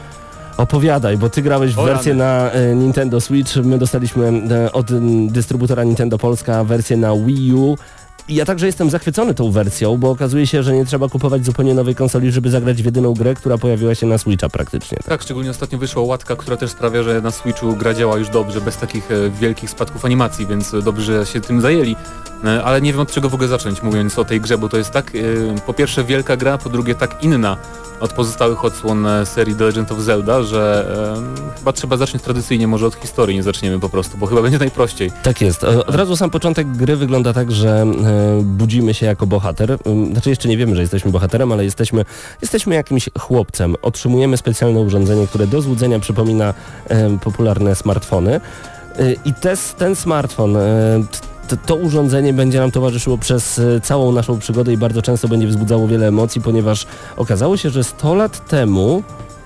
opowiadaj, bo ty grałeś w O, wersję rany. na e, Nintendo Switch, my dostaliśmy e, od m, dystrybutora Nintendo Polska wersję na Wii U. I ja także jestem zachwycony tą wersją, bo okazuje się, że nie trzeba kupować zupełnie nowej konsoli, żeby zagrać w jedyną grę, która pojawiła się na Switcha praktycznie. Tak, szczególnie ostatnio wyszła łatka, która też sprawia, że na Switchu gra działa już dobrze, bez takich e, wielkich spadków animacji, więc dobrze, że się tym zajęli. E, ale nie wiem, od czego w ogóle zacząć, mówiąc o tej grze, bo to jest tak, e, po pierwsze wielka gra, po drugie tak inna od pozostałych odsłon serii The Legend of Zelda, że e, chyba trzeba zacząć tradycyjnie, może od historii nie zaczniemy po prostu, bo chyba będzie najprościej. Tak jest. Od razu sam początek gry wygląda tak, że e, budzimy się jako bohater. E, Znaczy jeszcze nie wiemy, że jesteśmy bohaterem, ale jesteśmy, jesteśmy jakimś chłopcem. Otrzymujemy specjalne urządzenie, które do złudzenia przypomina e, popularne smartfony. E, I te, ten smartfon, e, to, to urządzenie będzie nam towarzyszyło przez e, całą naszą przygodę i bardzo często będzie wzbudzało wiele emocji, ponieważ okazało się, że sto lat temu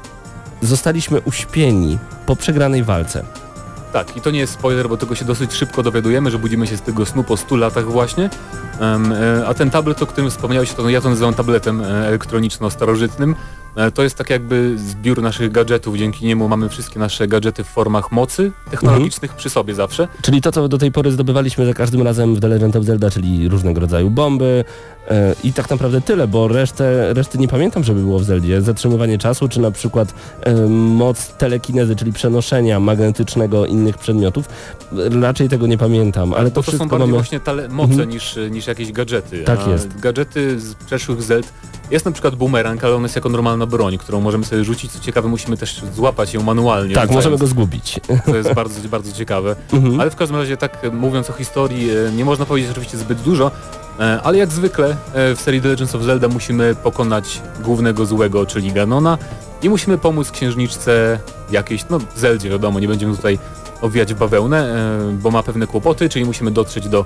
zostaliśmy uśpieni po przegranej walce. Tak, i to nie jest spoiler, bo tego się dosyć szybko dowiadujemy, że budzimy się z tego snu po stu latach właśnie. Um, e, a ten tablet, o którym wspomniałeś, to ja to nazywam tabletem e, elektroniczno-starożytnym. E, to jest tak jakby zbiór naszych gadżetów, dzięki niemu mamy wszystkie nasze gadżety w formach mocy technologicznych mhm. przy sobie zawsze. Czyli to, co do tej pory zdobywaliśmy za każdym razem w The Legend of Zelda, czyli różnego rodzaju bomby e, i tak naprawdę tyle, bo resztę, reszty nie pamiętam, żeby było w Zeldzie. Zatrzymywanie czasu, czy na przykład e, moc telekinezy, czyli przenoszenia magnetycznego innych przedmiotów. Raczej tego nie pamiętam, ale to, to wszystko są bardziej mamy... właśnie tale- moce Mhm. niż, niż jakieś gadżety. Tak A jest. Gadżety z przeszłych Zeld jest na przykład bumerang, ale on jest jako normalna broń, którą możemy sobie rzucić. Co ciekawe, musimy też złapać ją manualnie. Tak, rzucając. możemy go zgubić. To jest bardzo, bardzo ciekawe. Mhm. Ale w każdym razie tak mówiąc o historii, nie można powiedzieć oczywiście zbyt dużo, ale jak zwykle w serii The Legend of Zelda musimy pokonać głównego złego, czyli Ganona i musimy pomóc księżniczce jakiejś, no Zeldzie wiadomo, nie będziemy tutaj owijać w bawełnę, bo ma pewne kłopoty, czyli musimy dotrzeć do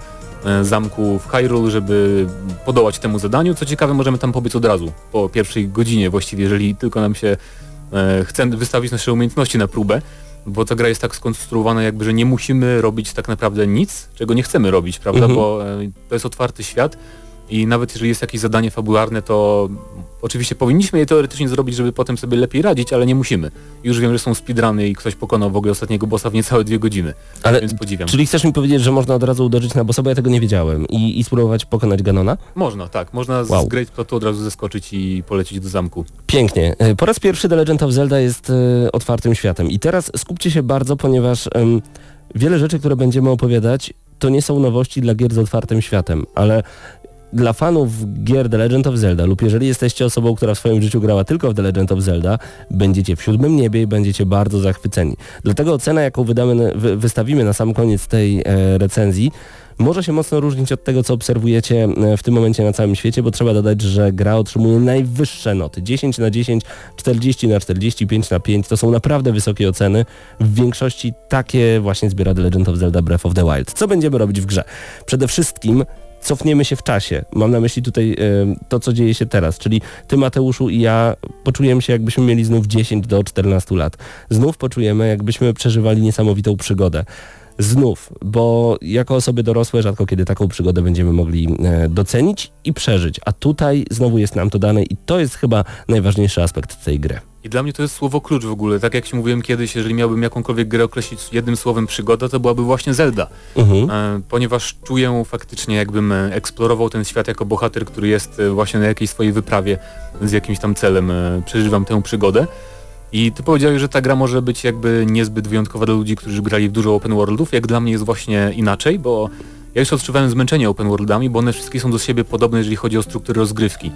zamku w Hyrule, żeby podołać temu zadaniu. Co ciekawe, możemy tam pobyć od razu, po pierwszej godzinie właściwie, jeżeli tylko nam się chce wystawić nasze umiejętności na próbę, bo ta gra jest tak skonstruowana jakby, że nie musimy robić tak naprawdę nic, czego nie chcemy robić, prawda, Mhm. bo to jest otwarty świat i nawet jeżeli jest jakieś zadanie fabularne, to oczywiście powinniśmy je teoretycznie zrobić, żeby potem sobie lepiej radzić, ale nie musimy. Już wiem, że są speedruny i ktoś pokonał w ogóle ostatniego bossa w niecałe dwie godziny, Ale, więc podziwiam. czyli chcesz mi powiedzieć, że można od razu uderzyć na bossa, bo ja tego nie wiedziałem i, i spróbować pokonać Ganona? Można, tak. Można Wow. z Great Plateau od razu zeskoczyć i polecieć do zamku. Pięknie. E, Po raz pierwszy The Legend of Zelda jest e, otwartym światem i teraz skupcie się bardzo, ponieważ em, wiele rzeczy, które będziemy opowiadać, to nie są nowości dla gier z otwartym światem, ale dla fanów gier The Legend of Zelda lub jeżeli jesteście osobą, która w swoim życiu grała tylko w The Legend of Zelda, będziecie w siódmym niebie i będziecie bardzo zachwyceni. Dlatego ocena, jaką wydamy, wy, wystawimy na sam koniec tej e, recenzji, może się mocno różnić od tego, co obserwujecie w tym momencie na całym świecie, bo trzeba dodać, że gra otrzymuje najwyższe noty. dziesięć na dziesięć, czterdzieści na czterdzieści, pięć na pięć. To są naprawdę wysokie oceny. W większości takie właśnie zbiera The Legend of Zelda Breath of the Wild. Co będziemy robić w grze? Przede wszystkim cofniemy się w czasie. Mam na myśli tutaj y, to, co dzieje się teraz, czyli ty, Mateuszu, i ja poczujemy się, jakbyśmy mieli znów dziesięć do czternastu lat. Znów poczujemy, jakbyśmy przeżywali niesamowitą przygodę. Znów, bo jako osoby dorosłe rzadko kiedy taką przygodę będziemy mogli e, docenić i przeżyć, a tutaj znowu jest nam to dane i to jest chyba najważniejszy aspekt tej gry. I dla mnie to jest słowo klucz w ogóle. Tak jak ci mówiłem kiedyś, jeżeli miałbym jakąkolwiek grę określić jednym słowem przygoda, to byłaby właśnie Zelda. Mhm. E, ponieważ czuję faktycznie, jakbym eksplorował ten świat jako bohater, który jest właśnie na jakiejś swojej wyprawie z jakimś tam celem. E, przeżywam tę przygodę. I ty powiedziałeś, że ta gra może być jakby niezbyt wyjątkowa dla ludzi, którzy grali w dużo open worldów, jak dla mnie jest właśnie inaczej, bo ja już odczuwałem zmęczenie open worldami, bo one wszystkie są do siebie podobne, jeżeli chodzi o struktury rozgrywki.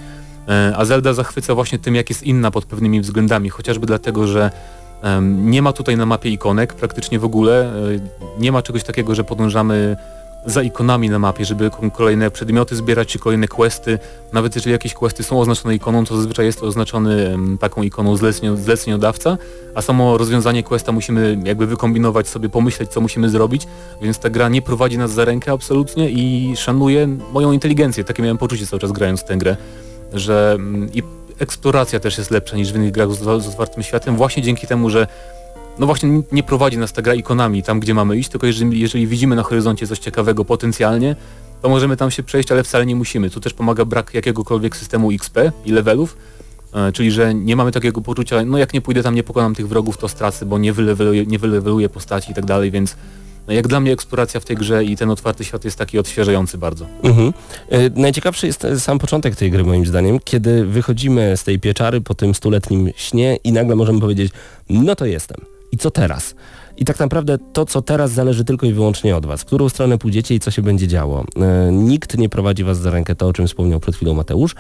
A Zelda zachwyca właśnie tym, jak jest inna pod pewnymi względami, chociażby dlatego, że um, nie ma tutaj na mapie ikonek praktycznie w ogóle, nie ma czegoś takiego, że podążamy za ikonami na mapie, żeby kolejne przedmioty zbierać, czy kolejne questy. Nawet jeżeli jakieś questy są oznaczone ikoną, to zazwyczaj jest to oznaczony taką ikoną zleceniu, zleceniodawca, a samo rozwiązanie questa musimy jakby wykombinować sobie, pomyśleć, co musimy zrobić, więc ta gra nie prowadzi nas za rękę absolutnie i szanuje moją inteligencję. Takie miałem poczucie cały czas grając w tę grę, że i eksploracja też jest lepsza niż w innych grach z, z otwartym światem, właśnie dzięki temu, że no właśnie nie prowadzi nas ta gra ikonami tam, gdzie mamy iść, tylko jeżeli, jeżeli widzimy na horyzoncie coś ciekawego potencjalnie, to możemy tam się przejść, ale wcale nie musimy. Tu też pomaga brak jakiegokolwiek systemu X P i levelów, e, czyli że nie mamy takiego poczucia, no jak nie pójdę tam, nie pokonam tych wrogów, to stracę, bo nie wyleweluję, nie wyleweluję postaci i tak dalej, więc no jak dla mnie eksploracja w tej grze i ten otwarty świat jest taki odświeżający bardzo. Mhm. E, najciekawszy jest sam początek tej gry moim zdaniem, kiedy wychodzimy z tej pieczary po tym stuletnim śnie i nagle możemy powiedzieć, no to jestem. I co teraz? I tak naprawdę to, co teraz zależy tylko i wyłącznie od was. W którą stronę pójdziecie i co się będzie działo. E, nikt nie prowadzi was za rękę, to o czym wspomniał przed chwilą Mateusz.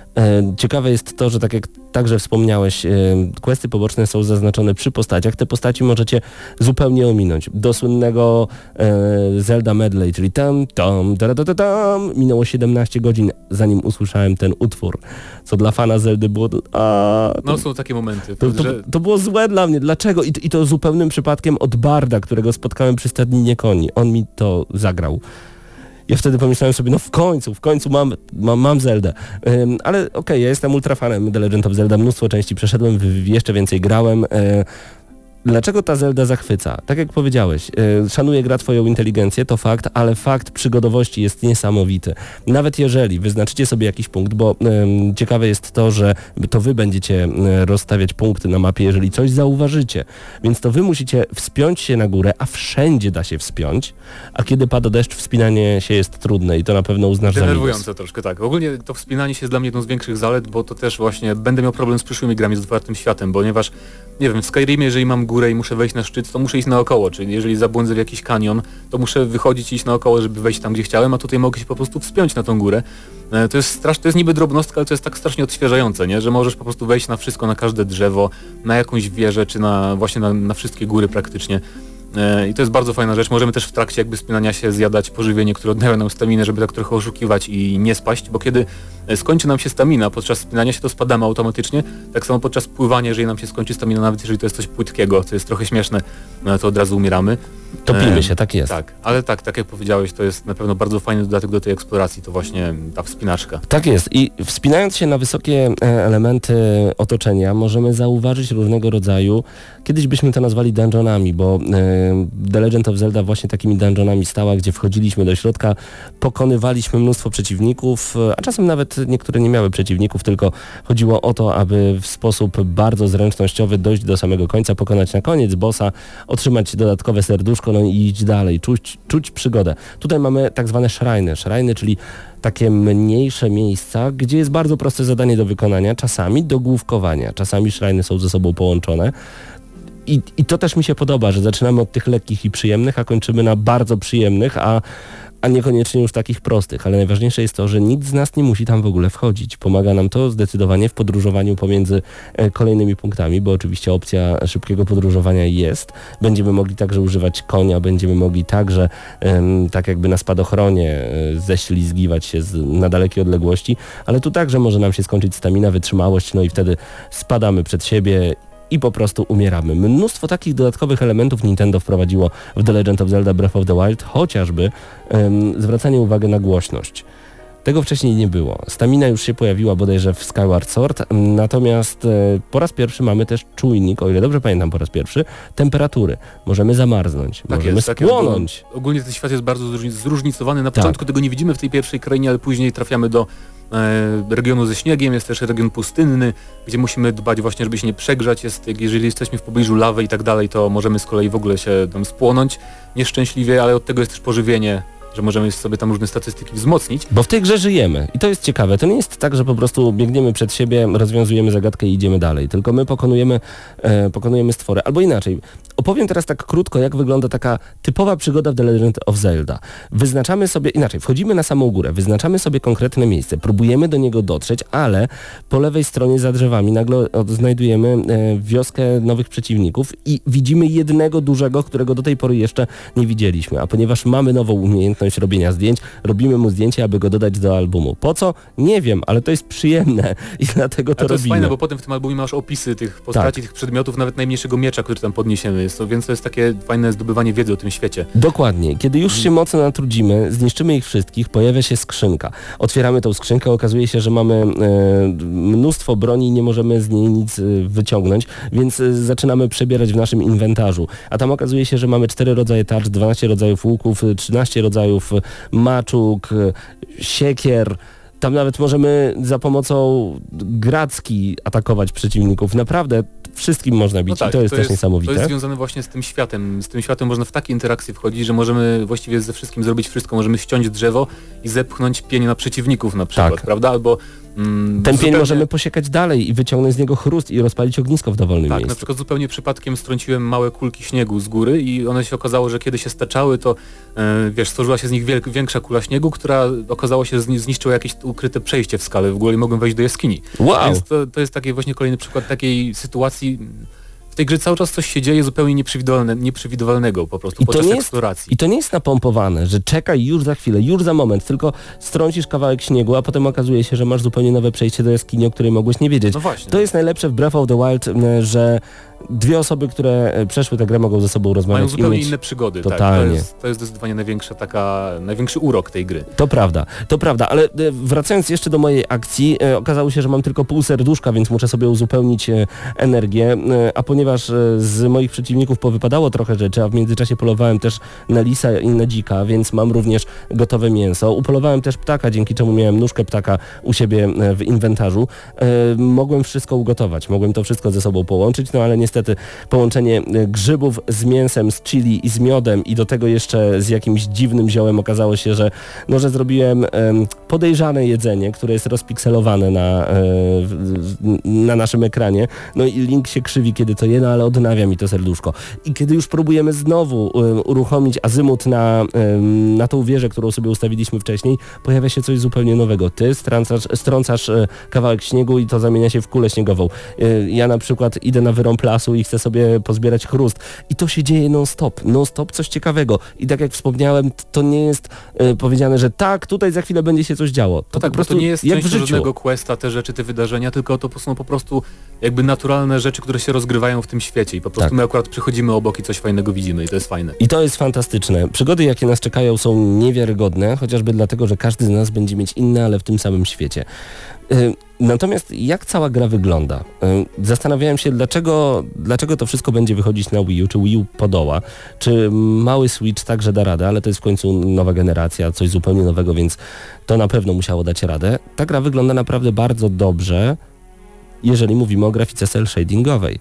E, ciekawe jest to, że tak jak także wspomniałeś, e, questy poboczne są zaznaczone przy postaciach. Te postaci możecie zupełnie ominąć. Do słynnego e, Zelda Medley, czyli tam, tam, tam, tam, tam, minęło siedemnaście godzin, zanim usłyszałem ten utwór. Co dla fana Zeldy było... A, No są takie momenty. To, to, że... to było złe dla mnie. Dlaczego? I, I to zupełnym przypadkiem od Barda, którego spotkałem przy Stadninie Koni. On mi to zagrał. Ja wtedy pomyślałem sobie, no w końcu, w końcu mam, mam, mam Zeldę. Um, ale okej, okay, ja jestem ultrafanem The Legend of Zelda, mnóstwo części przeszedłem, w, w jeszcze więcej grałem. E, Dlaczego ta Zelda zachwyca? Tak jak powiedziałeś, yy, szanuję gra twoją inteligencję, to fakt, ale fakt przygodowości jest niesamowity. Nawet jeżeli wyznaczycie sobie jakiś punkt, bo yy, ciekawe jest to, że to wy będziecie yy, rozstawiać punkty na mapie, jeżeli coś zauważycie. Więc to wy musicie wspiąć się na górę, a wszędzie da się wspiąć, a kiedy pada deszcz, wspinanie się jest trudne i to na pewno uznasz za minus. Denerwujące troszkę, tak. Ogólnie to wspinanie się jest dla mnie jedną z większych zalet, bo to też właśnie będę miał problem z przyszłymi grami z otwartym światem, ponieważ, nie wiem, w Skyrimie, jeżeli mam górę i muszę wejść na szczyt, to muszę iść naokoło, czyli jeżeli zabłądzę w jakiś kanion, to muszę wychodzić i iść naokoło, żeby wejść tam, gdzie chciałem, a tutaj mogę się po prostu wspiąć na tą górę. To jest strasznie, to jest niby drobnostka, ale to jest tak strasznie odświeżające, nie? Że możesz po prostu wejść na wszystko, na każde drzewo, na jakąś wieżę, czy na właśnie na, na wszystkie góry praktycznie. I to jest bardzo fajna rzecz. Możemy też w trakcie jakby spinania się zjadać pożywienie, które oddają nam staminę, żeby tak trochę oszukiwać i nie spaść, bo kiedy skończy nam się stamina podczas spinania się, to spadamy automatycznie. Tak samo podczas pływania, jeżeli nam się skończy stamina, nawet jeżeli to jest coś płytkiego, co jest trochę śmieszne, to od razu umieramy. Topimy się, tak jest. Tak, ale tak, tak jak powiedziałeś, to jest na pewno bardzo fajny dodatek do tej eksploracji, to właśnie ta wspinaczka. Tak jest i wspinając się na wysokie elementy otoczenia możemy zauważyć różnego rodzaju, kiedyś byśmy to nazwali dungeonami, bo The Legend of Zelda właśnie takimi dungeonami stała, gdzie wchodziliśmy do środka, pokonywaliśmy mnóstwo przeciwników, a czasem nawet niektóre nie miały przeciwników, tylko chodziło o to, aby w sposób bardzo zręcznościowy dojść do samego końca, pokonać na koniec bossa, otrzymać dodatkowe serduszko, no i iść dalej, czuć, czuć przygodę. Tutaj mamy tak zwane shriny, shriny, czyli takie mniejsze miejsca, gdzie jest bardzo proste zadanie do wykonania, czasami do główkowania, czasami shriny są ze sobą połączone. I, I to też mi się podoba, że zaczynamy od tych lekkich i przyjemnych, a kończymy na bardzo przyjemnych, a, a niekoniecznie już takich prostych. Ale najważniejsze jest to, że nikt z nas nie musi tam w ogóle wchodzić. Pomaga nam to zdecydowanie w podróżowaniu pomiędzy e, kolejnymi punktami, bo oczywiście opcja szybkiego podróżowania jest. Będziemy mogli także używać konia, będziemy mogli także e, tak jakby na spadochronie e, ześlizgiwać się z, na dalekie odległości, ale tu także może nam się skończyć stamina, wytrzymałość, no i wtedy spadamy przed siebie i po prostu umieramy. Mnóstwo takich dodatkowych elementów Nintendo wprowadziło w The Legend of Zelda Breath of the Wild, chociażby um, zwracanie uwagi na głośność. Tego wcześniej nie było. Stamina już się pojawiła bodajże w Skyward Sword, natomiast e, po raz pierwszy mamy też czujnik, o ile dobrze pamiętam po raz pierwszy, temperatury. Możemy zamarznąć, tak możemy jest, spłonąć. Tak ogólnie ten świat jest bardzo zróżnicowany. Na tak. początku tego nie widzimy w tej pierwszej krainie, ale później trafiamy do e, regionu ze śniegiem, jest też region pustynny, gdzie musimy dbać właśnie, żeby się nie przegrzać. Jest, jeżeli jesteśmy w pobliżu lawy i tak dalej, to możemy z kolei w ogóle się tam spłonąć nieszczęśliwie, ale od tego jest też pożywienie, że możemy sobie tam różne statystyki wzmocnić. Bo w tej grze żyjemy i to jest ciekawe. To nie jest tak, że po prostu biegniemy przed siebie, rozwiązujemy zagadkę i idziemy dalej, tylko my pokonujemy, e, pokonujemy stwory. Albo inaczej, opowiem teraz tak krótko, jak wygląda taka typowa przygoda w The Legend of Zelda. Wyznaczamy sobie, inaczej, wchodzimy na samą górę, wyznaczamy sobie konkretne miejsce, próbujemy do niego dotrzeć, ale po lewej stronie za drzewami nagle znajdujemy e, wioskę nowych przeciwników i widzimy jednego dużego, którego do tej pory jeszcze nie widzieliśmy. A ponieważ mamy nową umiejętność, uniknąć robienia zdjęć. Robimy mu zdjęcie, aby go dodać do albumu. Po co? Nie wiem, ale to jest przyjemne i dlatego to, to robimy. jest fajne, bo potem w tym albumie masz opisy tych postaci, Tak. tych przedmiotów, nawet najmniejszego miecza, który tam podniesiemy. Jest to, więc to jest takie fajne zdobywanie wiedzy o tym świecie. Dokładnie. Kiedy już się mocno natrudzimy, zniszczymy ich wszystkich, pojawia się skrzynka. Otwieramy tą skrzynkę, okazuje się, że mamy e, mnóstwo broni i nie możemy z niej nic e, wyciągnąć, więc e, zaczynamy przebierać w naszym inwentarzu. A tam okazuje się, że mamy cztery rodzaje tarcz, dwanaście rodzajów łuków, trzynaście rodzajów maczug, e, siekier. Tam nawet możemy za pomocą gracki atakować przeciwników. Naprawdę wszystkim można bić No tak, i to jest to też jest, niesamowite. To jest związane właśnie z tym światem. Z tym światem można w takie interakcje wchodzić, że możemy właściwie ze wszystkim zrobić wszystko. Możemy ściąć drzewo i zepchnąć pień na przeciwników na przykład, Tak. prawda? Albo mm, Ten zupełnie, pień możemy posiekać dalej i wyciągnąć z niego chrust i rozpalić ognisko w dowolnym Tak, na miejscu. przykład zupełnie przypadkiem strąciłem małe kulki śniegu z góry i one się okazało, że kiedy się staczały, to e, wiesz, stworzyła się z nich wielk, większa kula śniegu, która okazało się, że zni- zniszczyła jakieś ukryte przejście w skale w ogóle i mogłem wejść do jaskini. Wow! Więc to, to jest taki właśnie kolejny przykład takiej sytuacji. W tej grze cały czas coś się dzieje zupełnie nieprzewidywalne, nieprzewidywalnego po prostu I to podczas nie jest- eksploracji. I to nie jest napompowane, że czekaj już za chwilę, już za moment, tylko strącisz kawałek śniegu, a potem okazuje się, że masz zupełnie nowe przejście do jaskini, o której mogłeś nie wiedzieć. No właśnie. To jest najlepsze w Breath of the Wild, m, że dwie osoby, które e, przeszły tę grę, mogą ze sobą rozmawiać Mają i zupełnie mieć... inne przygody. Totalnie. Tak. To, jest, to jest zdecydowanie największa taka, największy urok tej gry. To prawda, to prawda, ale e, wracając jeszcze do mojej akcji, e, okazało się, że mam tylko pół serduszka, więc muszę sobie uzupełnić e, energię, e, a ponieważ e, z moich przeciwników powypadało trochę rzeczy, a w międzyczasie polowałem też na lisa i na dzika, więc mam również gotowe mięso. Upolowałem też ptaka, dzięki czemu miałem nóżkę ptaka u siebie e, w inwentarzu. E, mogłem wszystko ugotować, mogłem to wszystko ze sobą połączyć, no ale niestety połączenie e, grzybów z mięsem, z chili i z miodem i do tego jeszcze z jakimś dziwnym ziołem okazało się, że no, że zrobiłem em, podejrzane jedzenie, które jest rozpikselowane na, e, w- w- na naszym ekranie. No i link się krzywi, kiedy to je, no ale odnawia mi to serduszko. I kiedy już próbujemy znowu e, uruchomić azymut na, em, na tą wieżę, którą sobie ustawiliśmy wcześniej, pojawia się coś zupełnie nowego. Ty strącasz, strącasz e, kawałek śniegu i to zamienia się w kulę śniegową. E, ja na przykład idę na wyrąb lasu i chcę sobie pozbierać chrust. I to się dzieje non-stop. Non-stop coś ciekawego. I tak jak wspomniałem, t- to nie jest e, powiedziane, że tak, tutaj za chwilę będzie się coś działo. To To tak, po bo prostu to nie jest jak w częścią życiu. żadnego questa, te rzeczy, te wydarzenia, tylko to są po prostu jakby naturalne rzeczy, które się rozgrywają w tym świecie i po prostu Tak. my akurat przychodzimy obok i coś fajnego widzimy i to jest fajne. I to jest fantastyczne. Przygody, jakie nas czekają, są niewiarygodne, chociażby dlatego, że każdy z nas będzie mieć inne, ale w tym samym świecie. Y, Natomiast jak cała gra wygląda? Y, Zastanawiałem się, dlaczego, dlaczego to wszystko będzie wychodzić na Wii U, czy Wii U podoła, czy mały Switch także da radę, ale to jest w końcu nowa generacja, coś zupełnie nowego, więc to na pewno musiało dać radę. Ta gra wygląda naprawdę bardzo dobrze, jeżeli mówimy o grafice cel shadingowej,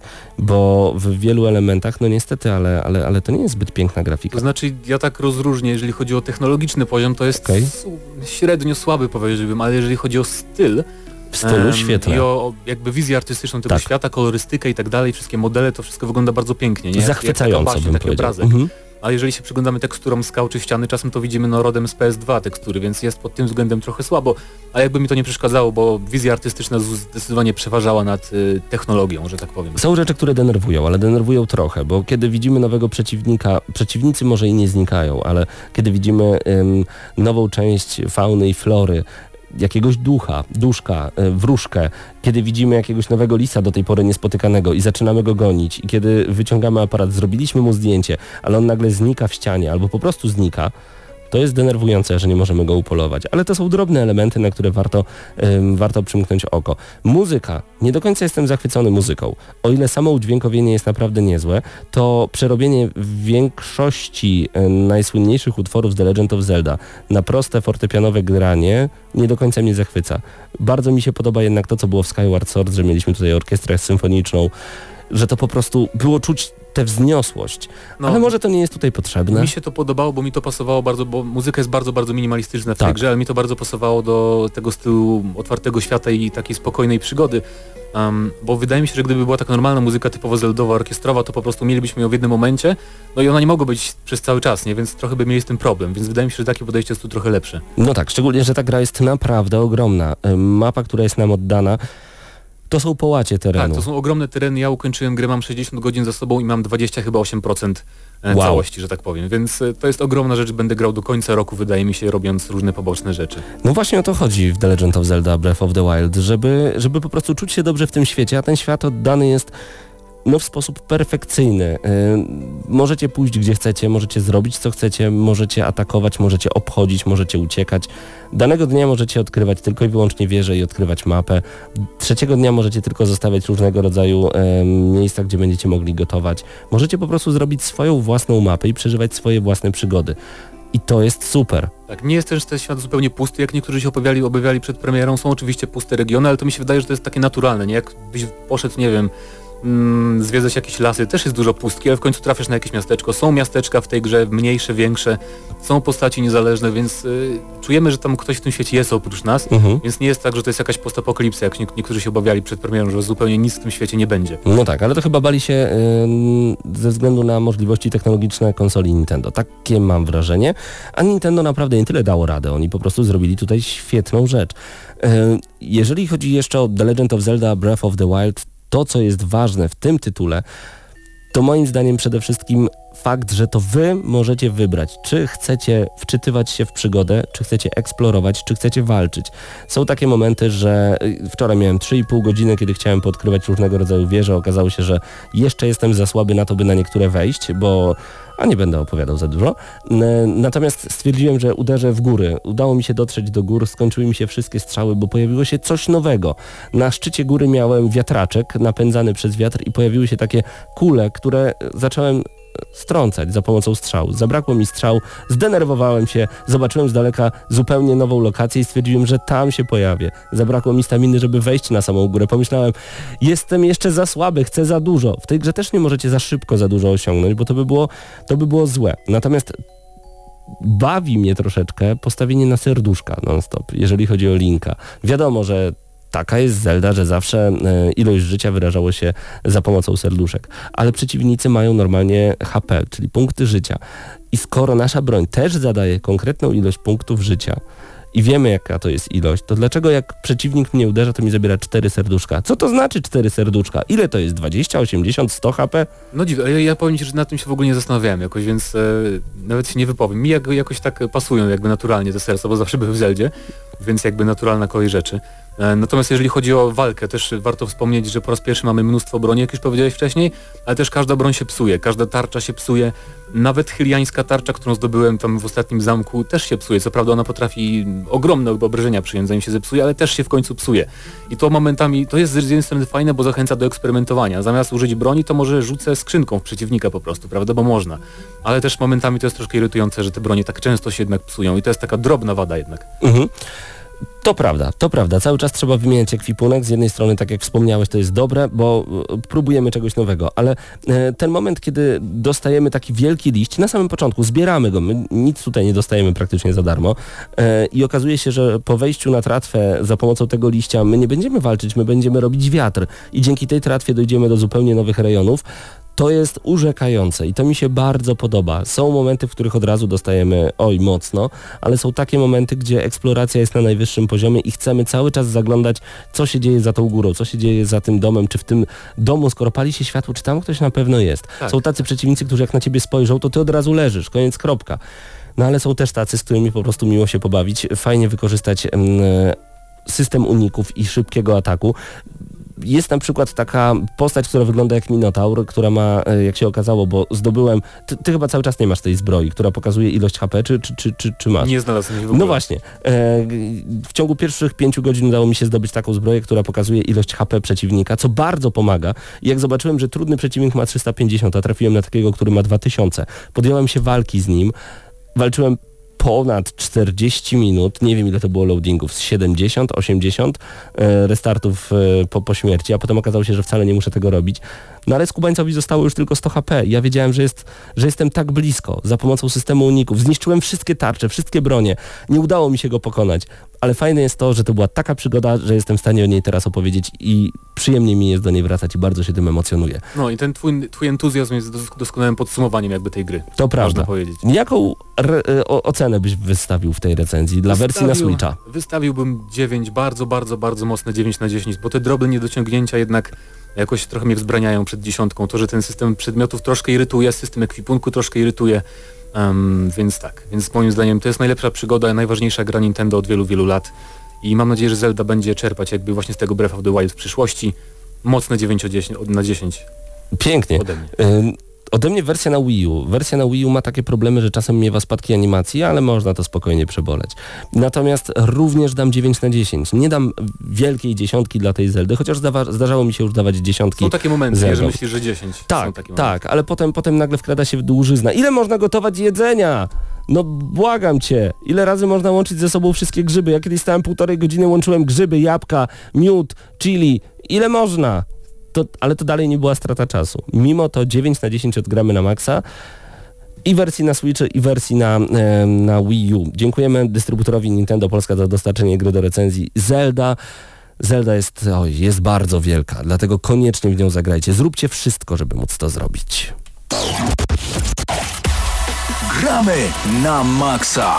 bo w wielu elementach, no niestety, ale, ale, ale to nie jest zbyt piękna grafika. To znaczy ja tak rozróżnię, jeżeli chodzi o technologiczny poziom, to jest Okej. s- średnio słaby powiedziałbym, ale jeżeli chodzi o styl W stylu em, świetne. i o o jakby wizję artystyczną tego Tak. świata, kolorystykę i tak dalej, wszystkie modele, to wszystko wygląda bardzo pięknie, nie? Jak- jak taka Zachwycająco baśń, bym taki powiedział. obrazek. Mhm. A jeżeli się przyglądamy teksturom skał czy ściany, czasem to widzimy no rodem z P S dwa tekstury, więc jest pod tym względem trochę słabo, ale jakby mi to nie przeszkadzało, bo wizja artystyczna z- zdecydowanie przeważała nad y, technologią, że tak powiem. Są rzeczy, które denerwują, ale denerwują trochę, bo kiedy widzimy nowego przeciwnika, przeciwnicy może i nie znikają, ale kiedy widzimy ym, nową część fauny i flory, jakiegoś ducha, duszka, y, wróżkę, kiedy widzimy jakiegoś nowego lisa do tej pory niespotykanego i zaczynamy go gonić i kiedy wyciągamy aparat, zrobiliśmy mu zdjęcie, ale on nagle znika w ścianie albo po prostu znika, to jest denerwujące, że nie możemy go upolować, ale to są drobne elementy, na które warto, ym, warto przymknąć oko. Muzyka. Nie do końca jestem zachwycony muzyką. O ile samo udźwiękowienie jest naprawdę niezłe, to przerobienie większości y, najsłynniejszych utworów z The Legend of Zelda na proste fortepianowe granie nie do końca mnie zachwyca. Bardzo mi się podoba jednak to, co było w Skyward Sword, że mieliśmy tutaj orkiestrę symfoniczną, że to po prostu było czuć tę wzniosłość. No, Ale może to nie jest tutaj potrzebne. mi się to podobało, bo mi to pasowało bardzo, bo muzyka jest bardzo, bardzo minimalistyczna w tej Tak. grze, ale mi to bardzo pasowało do tego stylu otwartego świata i takiej spokojnej przygody. Um, bo wydaje mi się, że gdyby była taka normalna muzyka typowo zeldowa, orkiestrowa, to po prostu mielibyśmy ją w jednym momencie, no i ona nie mogła być przez cały czas, nie? Więc trochę by mieli z tym problem, więc wydaje mi się, że takie podejście jest tu trochę lepsze. No tak, szczególnie, że ta gra jest naprawdę ogromna. Ym, Mapa, która jest nam oddana, To są połacie terenu. Tak, to są ogromne tereny. Ja ukończyłem grę, mam sześćdziesiąt godzin za sobą i mam dwadzieścia chyba osiem procent Wow. całości, że tak powiem. Więc e, to jest ogromna rzecz, będę grał do końca roku, wydaje mi się, robiąc różne poboczne rzeczy. No właśnie o to chodzi w The Legend of Zelda Breath of the Wild, żeby, żeby po prostu czuć się dobrze w tym świecie, a ten świat oddany jest no w sposób perfekcyjny. Yy, możecie pójść gdzie chcecie, możecie zrobić co chcecie, możecie atakować, możecie obchodzić, możecie uciekać. Danego dnia możecie odkrywać tylko i wyłącznie wieże i odkrywać mapę. Trzeciego dnia możecie tylko zostawiać różnego rodzaju yy, miejsca, gdzie będziecie mogli gotować. Możecie po prostu zrobić swoją własną mapę i przeżywać swoje własne przygody. I to jest super. Tak, nie jest też ten świat zupełnie pusty, jak niektórzy się obawiali, obawiali przed premierą. Są oczywiście puste regiony, ale to mi się wydaje, że to jest takie naturalne, nie? Jakbyś poszedł, nie wiem, mm, zwiedzać jakieś lasy, też jest dużo pustki, ale w końcu trafisz na jakieś miasteczko. Są miasteczka w tej grze, mniejsze, większe, są postaci niezależne, więc y, czujemy, że tam ktoś w tym świecie jest oprócz nas, Mhm. więc nie jest tak, że to jest jakaś postapokalipsa, jak nie, niektórzy się obawiali przed premierą, że zupełnie nic w tym świecie nie będzie. No tak, ale to chyba bali się yy, ze względu na możliwości technologiczne konsoli Nintendo. Takie mam wrażenie. A Nintendo naprawdę nie tyle dało radę. Oni po prostu zrobili tutaj świetną rzecz. Yy, jeżeli chodzi jeszcze o The Legend of Zelda Breath of the Wild, to co jest ważne w tym tytule, to moim zdaniem przede wszystkim fakt, że to wy możecie wybrać, czy chcecie wczytywać się w przygodę, czy chcecie eksplorować, czy chcecie walczyć. Są takie momenty, że wczoraj miałem trzy i pół godziny, kiedy chciałem podkrywać różnego rodzaju wieże. Okazało się, że jeszcze jestem za słaby na to, by na niektóre wejść, bo... a nie będę opowiadał za dużo. Natomiast stwierdziłem, że uderzę w góry. Udało mi się dotrzeć do gór, skończyły mi się wszystkie strzały, bo pojawiło się coś nowego. Na szczycie góry miałem wiatraczek napędzany przez wiatr i pojawiły się takie kule, które zacząłem strącać za pomocą strzału. Zabrakło mi strzał, zdenerwowałem się, zobaczyłem z daleka zupełnie nową lokację i stwierdziłem, że tam się pojawię. Zabrakło mi staminy, żeby wejść na samą górę. Pomyślałem, jestem jeszcze za słaby, chcę za dużo. W tej grze też nie możecie za szybko za dużo osiągnąć, bo to by było, to by było złe. Natomiast bawi mnie troszeczkę postawienie na serduszka non-stop, jeżeli chodzi o Linka. Wiadomo, że taka jest Zelda, że zawsze e, ilość życia wyrażało się za pomocą serduszek. Ale przeciwnicy mają normalnie H P, czyli punkty życia. I skoro nasza broń też zadaje konkretną ilość punktów życia i wiemy jaka to jest ilość, to dlaczego jak przeciwnik mnie uderza, to mi zabiera cztery serduszka? Co to znaczy cztery serduszka? Ile to jest? dwadzieścia, osiemdziesiąt, sto H P? No dziwne, ale ja powiem ci, że nad tym się w ogóle nie zastanawiałem jakoś, więc e, nawet się nie wypowiem. Mi jak, jakoś tak pasują jakby naturalnie te serca, bo zawsze były w Zeldzie, więc jakby naturalna kolej rzeczy. E, natomiast jeżeli chodzi o walkę, też warto wspomnieć, że po raz pierwszy mamy mnóstwo broni, jak już powiedziałeś wcześniej, ale też każda broń się psuje, każda tarcza się psuje. Nawet hyliańska tarcza, którą zdobyłem tam w ostatnim zamku, też się psuje. Co prawda ona potrafi ogromne obrażenia przyjąć, zanim się zepsuje, ale też się w końcu psuje. I to momentami, to jest z jednej strony fajne, bo zachęca do eksperymentowania. Zamiast użyć broni, to może rzucę skrzynką w przeciwnika po prostu, prawda, bo można. Ale też momentami to jest troszkę irytujące, że te bronie tak często się jednak psują i to jest taka drobna wada jednak. Mhm. To prawda, to prawda. Cały czas trzeba wymieniać ekwipunek. Z jednej strony, tak jak wspomniałeś, to jest dobre, bo próbujemy czegoś nowego, ale ten moment, kiedy dostajemy taki wielki liść, na samym początku zbieramy go, my nic tutaj nie dostajemy praktycznie za darmo i okazuje się, że po wejściu na tratwę za pomocą tego liścia my nie będziemy walczyć, my będziemy robić wiatr i dzięki tej tratwie dojdziemy do zupełnie nowych rejonów. To jest urzekające i to mi się bardzo podoba. Są momenty, w których od razu dostajemy oj mocno, ale są takie momenty, gdzie eksploracja jest na najwyższym poziomie i chcemy cały czas zaglądać, co się dzieje za tą górą, co się dzieje za tym domem, czy w tym domu, skoro pali się światło, czy tam ktoś na pewno jest. Tak. Są tacy przeciwnicy, którzy jak na ciebie spojrzą, to ty od razu leżysz, koniec, kropka. No ale są też tacy, z którymi po prostu miło się pobawić, fajnie wykorzystać mm, system uników i szybkiego ataku. Jest na przykład taka postać, która wygląda jak Minotaur, która ma, jak się okazało, bo zdobyłem, ty, ty chyba cały czas nie masz tej zbroi, która pokazuje ilość H P, czy, czy, czy, czy, czy masz? Nie znalazłem jej w ogóle. No właśnie, e, w ciągu pierwszych pięciu godzin udało mi się zdobyć taką zbroję, która pokazuje ilość H P przeciwnika, co bardzo pomaga. I jak zobaczyłem, że trudny przeciwnik ma trzysta pięćdziesiąt, a trafiłem na takiego, który ma dwa tysiące, podjąłem się walki z nim, walczyłem ponad czterdzieści minut, nie wiem ile to było loadingów, z siedemdziesiąt, osiemdziesiąt e, restartów e, po, po śmierci, a potem okazało się, że wcale nie muszę tego robić. No ale Skubańcowi zostało już tylko sto H P. Ja wiedziałem, że, jest, że jestem tak blisko za pomocą systemu uników. Zniszczyłem wszystkie tarcze, wszystkie bronie. Nie udało mi się go pokonać. Ale fajne jest to, że to była taka przygoda, że jestem w stanie o niej teraz opowiedzieć i przyjemnie mi jest do niej wracać i bardzo się tym emocjonuję. No i ten twój, twój entuzjazm jest dos- doskonałym podsumowaniem jakby tej gry. To prawda. Można powiedzieć. Jaką re- o- ocenę byś wystawił w tej recenzji dla wersji na Switcha? Wystawiłbym dziewięć, bardzo, bardzo, bardzo mocne dziewięć na dziesięć, bo te drobne niedociągnięcia jednak jakoś trochę mnie wzbraniają przed dziesiątką. To, że ten system przedmiotów troszkę irytuje, system ekwipunku troszkę irytuje, um, więc tak. Więc moim zdaniem to jest najlepsza przygoda, najważniejsza gra Nintendo od wielu, wielu lat i mam nadzieję, że Zelda będzie czerpać jakby właśnie z tego Breath of the Wild w przyszłości. Mocne dziewięć na dziesięć. Pięknie. Ode mnie. Y- Ode mnie wersja na Wii U. Wersja na Wii U ma takie problemy, że czasem miewa spadki animacji, ale można to spokojnie przeboleć. Natomiast również dam dziewięć na dziesięć. Nie dam wielkiej dziesiątki dla tej Zeldy, chociaż zdawa- zdarzało mi się już dawać dziesiątki. Są takie momenty, Zeldą. że myślisz, że dziesięć. Tak, Są takie tak, ale potem, potem nagle wkrada się dłużyzna. Ile można gotować jedzenia? No błagam cię, ile razy można łączyć ze sobą wszystkie grzyby? Ja kiedyś stałem półtorej godziny, łączyłem grzyby, jabłka, miód, chili. Ile można? To, ale to dalej nie była strata czasu. Mimo to dziewięć na dziesięć odgramy na maksa i wersji na Switch i wersji na, e, na Wii U. Dziękujemy dystrybutorowi Nintendo Polska za dostarczenie gry do recenzji. Zelda Zelda jest, oj, jest bardzo wielka, dlatego koniecznie w nią zagrajcie. Zróbcie wszystko, żeby móc to zrobić. Gramy na maksa.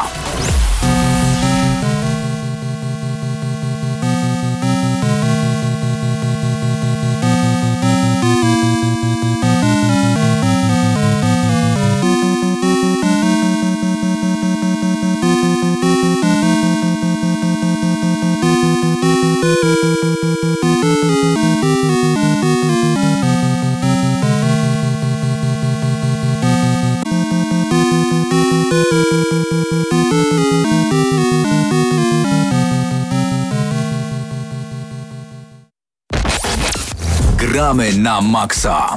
Gramy na maksa.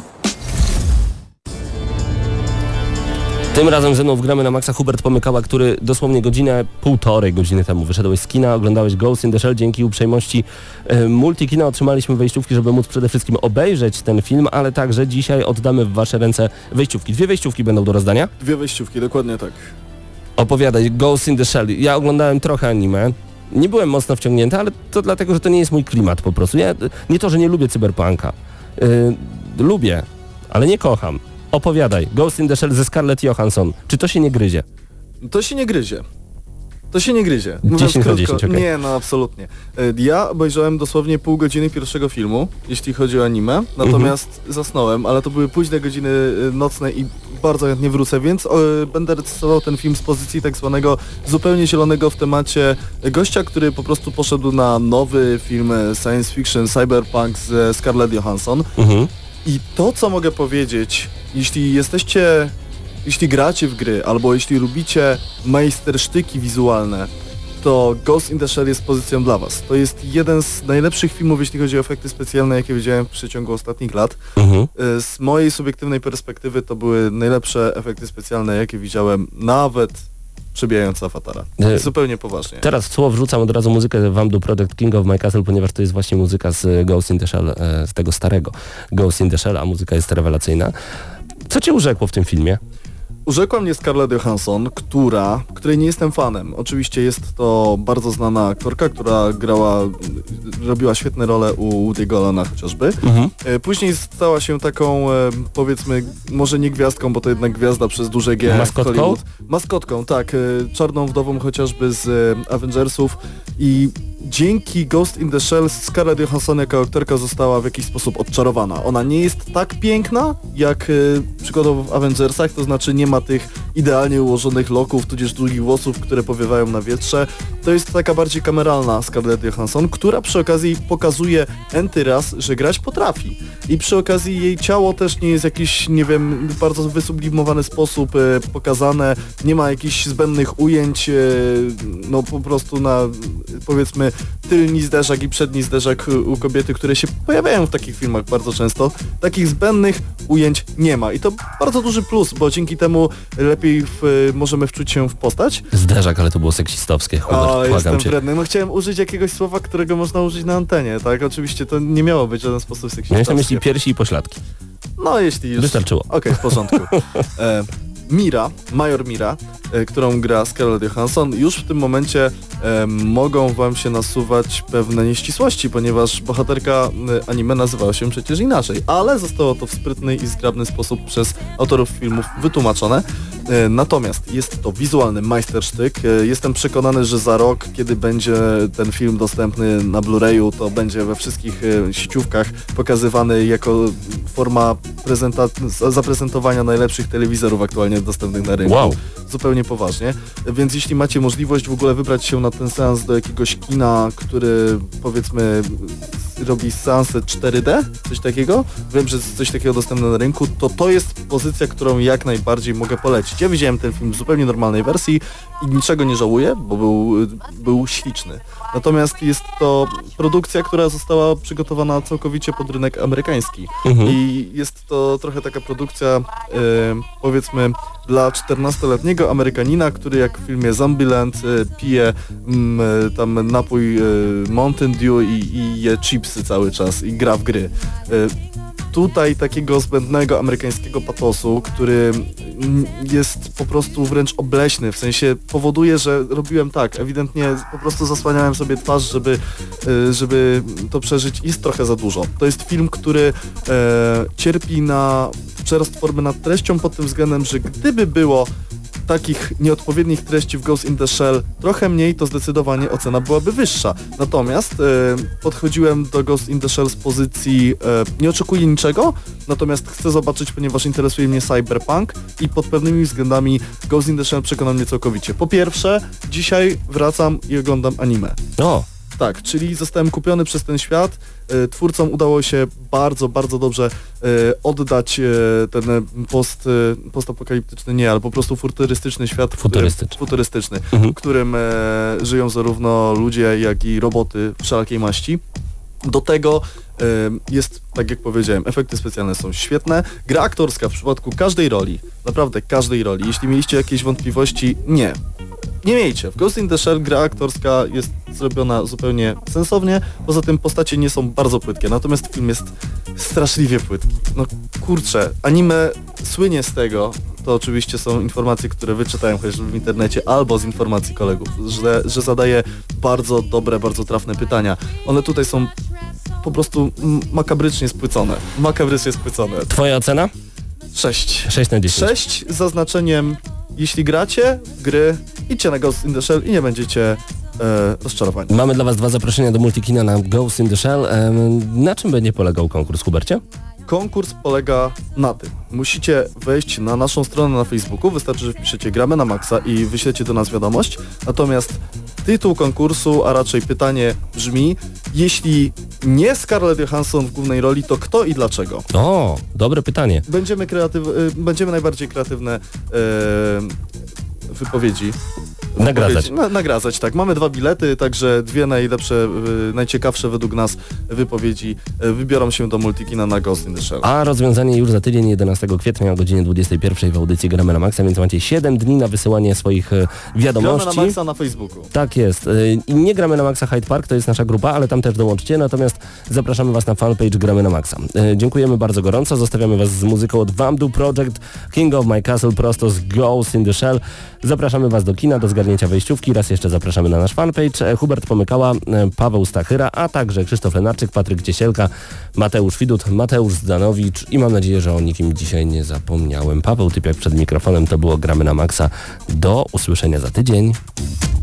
Tym razem ze mną w Gramy na maksa Hubert Pomykała, który dosłownie godzinę, półtorej godziny temu wyszedłeś z kina, oglądałeś Ghost in the Shell. Dzięki uprzejmości e, Multikina otrzymaliśmy wejściówki, żeby móc przede wszystkim obejrzeć ten film, ale także dzisiaj oddamy w wasze ręce wejściówki. Dwie wejściówki będą do rozdania. Dwie wejściówki, dokładnie tak. Opowiadaj, Ghost in the Shell. Ja oglądałem trochę anime. Nie byłem mocno wciągnięty, ale to dlatego, że to nie jest mój klimat po prostu. Ja nie to, że nie lubię cyberpunka. Yy, lubię, ale nie kocham. Opowiadaj, Ghost in the Shell ze Scarlett Johansson. Czy to się nie gryzie? To się nie gryzie. To się nie gryzie. Mówiąc dziesięć na krótko, dziesięć, okej. Nie, no absolutnie. Ja obejrzałem dosłownie pół godziny pierwszego filmu, jeśli chodzi o anime, natomiast mhm. zasnąłem, ale to były późne godziny nocne i bardzo chętnie wrócę, więc o, będę recenzował ten film z pozycji tak zwanego zupełnie zielonego w temacie gościa, który po prostu poszedł na nowy film science fiction, cyberpunk ze Scarlett Johansson. Mhm. I to, co mogę powiedzieć, jeśli jesteście, jeśli gracie w gry, albo jeśli lubicie majstersztyki wizualne, to Ghost in the Shell jest pozycją dla was. To jest jeden z najlepszych filmów, jeśli chodzi o efekty specjalne, jakie widziałem w przeciągu ostatnich lat. Mhm. Z mojej subiektywnej perspektywy to były najlepsze efekty specjalne, jakie widziałem, nawet przebijając Avatara. E, Zupełnie poważnie. Teraz w słowo wrzucam od razu muzykę wam do Project King of My Castle, ponieważ to jest właśnie muzyka z Ghost in the Shell, z tego starego Ghost in the Shell, a muzyka jest rewelacyjna. Co cię urzekło w tym filmie? Urzekła mnie Scarlett Johansson, która, której nie jestem fanem. Oczywiście jest to bardzo znana aktorka, która grała, robiła świetne role u Woody'ego Allena chociażby. Mhm. Później stała się taką, powiedzmy, może nie gwiazdką, bo to jednak gwiazda przez duże G. Maskotką? Hollywood. Maskotką, tak. Czarną wdową chociażby z Avengersów i dzięki Ghost in the Shell Scarlett Johansson jako aktorka została w jakiś sposób odczarowana. Ona nie jest tak piękna jak y, przykładowo w Avengersach, to znaczy nie ma tych idealnie ułożonych loków, tudzież długich włosów, które powiewają na wietrze. To jest taka bardziej kameralna Scarlett Johansson, która przy okazji pokazuje enty raz, że grać potrafi. I przy okazji jej ciało też nie jest jakiś, nie wiem, bardzo w wysublimowany sposób y, pokazane, nie ma jakichś zbędnych ujęć, y, no po prostu na, powiedzmy, tylni zderzak i przedni zderzak u kobiety, które się pojawiają w takich filmach bardzo często. Takich zbędnych ujęć nie ma i to bardzo duży plus, bo dzięki temu lepiej w, możemy wczuć się w postać. Zderzak, ale to było seksistowskie, Hubert, O, jestem cię. wredny. No chciałem użyć jakiegoś słowa, którego można użyć na antenie, tak? Oczywiście to nie miało być w żaden sposób seksistowskie. Miałeś na myśli piersi i pośladki. No jeśli już... Wystarczyło. Okej, okay, w porządku. E, Mira, Major Mira, e, którą gra Scarlett Johansson, już w tym momencie e, mogą wam się nasuwać pewne nieścisłości, ponieważ bohaterka e, anime nazywała się przecież inaczej, ale zostało to w sprytny i zgrabny sposób przez autorów filmów wytłumaczone. E, natomiast jest to wizualny majstersztyk. E, jestem przekonany, że za rok, kiedy będzie ten film dostępny na Blu-rayu, to będzie we wszystkich e, sieciówkach pokazywany jako forma prezenta- zaprezentowania najlepszych telewizorów aktualnie dostępnych na rynku. Wow. Zupełnie poważnie. Więc jeśli macie możliwość w ogóle wybrać się na ten seans do jakiegoś kina, który powiedzmy robi seansy cztery D, coś takiego, wiem, że jest coś takiego dostępne na rynku, to to jest pozycja, którą jak najbardziej mogę polecić. Ja widziałem ten film w zupełnie normalnej wersji i niczego nie żałuję, bo był, był śliczny. Natomiast jest to produkcja, która została przygotowana całkowicie pod rynek amerykański. Mhm. I jest to trochę taka produkcja, e, powiedzmy, dla czternastoletniego Amerykanina, który jak w filmie Zombieland e, pije m, tam napój e, Mountain Dew i, i je chipsy cały czas i gra w gry. E, tutaj takiego zbędnego amerykańskiego patosu, który jest po prostu wręcz obleśny, w sensie powoduje, że robiłem tak, ewidentnie po prostu zasłaniałem sobie twarz, żeby, żeby to przeżyć, jest trochę za dużo. To jest film, który e, cierpi na przerost formy nad treścią pod tym względem, że gdyby było takich nieodpowiednich treści w Ghost in the Shell trochę mniej, to zdecydowanie ocena byłaby wyższa. Natomiast e, podchodziłem do Ghost in the Shell z pozycji e, nie oczekuję niczego, natomiast chcę zobaczyć, ponieważ interesuje mnie cyberpunk i pod pewnymi względami Ghost in the Shell przekonał mnie całkowicie. Po pierwsze, dzisiaj wracam i oglądam anime. O! Tak, czyli zostałem kupiony przez ten świat. E, twórcom udało się bardzo, bardzo dobrze e, oddać e, ten post, e, postapokaliptyczny, nie, ale po prostu futurystyczny świat. Futurystyczny. W którym, futurystyczny, Mhm. w którym e, żyją zarówno ludzie, jak i roboty wszelakiej maści. Do tego e, jest, tak jak powiedziałem, efekty specjalne są świetne. Gra aktorska w przypadku każdej roli, naprawdę każdej roli. Jeśli mieliście jakieś wątpliwości, nie. Nie miejcie. W Ghost in the Shell gra aktorska jest zrobiona zupełnie sensownie, poza tym postacie nie są bardzo płytkie, natomiast film jest straszliwie płytki. No kurczę, anime słynie z tego, to oczywiście są informacje, które wyczytałem chociażby w internecie albo z informacji kolegów, że, że zadaje bardzo dobre, bardzo trafne pytania. One tutaj są po prostu makabrycznie spłycone. Makabrycznie spłycone. Twoja ocena? sześć. sześć na dziesięć. sześć z zaznaczeniem, jeśli gracie w gry, idźcie na Ghost in the Shell i nie będziecie e, rozczarowani. Mamy dla Was dwa zaproszenia do Multikina na Ghost in the Shell. Ehm, na czym będzie polegał konkurs, Hubercie? Konkurs polega na tym. Musicie wejść na naszą stronę na Facebooku, wystarczy, że wpiszecie Gramy na Maxa i wyślecie do nas wiadomość. Natomiast tytuł konkursu, a raczej pytanie brzmi, jeśli nie Scarlett Johansson w głównej roli, to kto i dlaczego? O, dobre pytanie. Będziemy, kreatyw- y, będziemy najbardziej kreatywne e, wypowiedzi Nagradzać. Na, nagradzać, tak. Mamy dwa bilety, także dwie najlepsze, y, najciekawsze według nas wypowiedzi y, wybiorą się do Multikina na Ghost in the Shell. A rozwiązanie już za tydzień, jedenastego kwietnia o godzinie dwudziestej pierwszej w audycji Gramy na Maxa, więc macie siedem dni na wysyłanie swoich e, wiadomości. Gramy na Maxa na Facebooku. Tak jest. E, I nie Gramy na Maxa Hyde Park, to jest nasza grupa, ale tam też dołączcie, natomiast zapraszamy Was na fanpage Gramy na Maxa. E, dziękujemy bardzo gorąco, zostawiamy Was z muzyką od Vamdu Project, King of My Castle, prosto z Ghost in the Shell. Zapraszamy Was do kina, do zgarnięcia wejściówki. Raz jeszcze zapraszamy na nasz fanpage. E, Hubert Pomykała, e, Paweł Stachyra, a także Krzysztof Lenarczyk, Patryk Ciesielka, Mateusz Widut, Mateusz Zdanowicz i mam nadzieję, że o nikim dzisiaj nie zapomniałem. Paweł Typiak przed mikrofonem, to było Gramy na Maxa. Do usłyszenia za tydzień.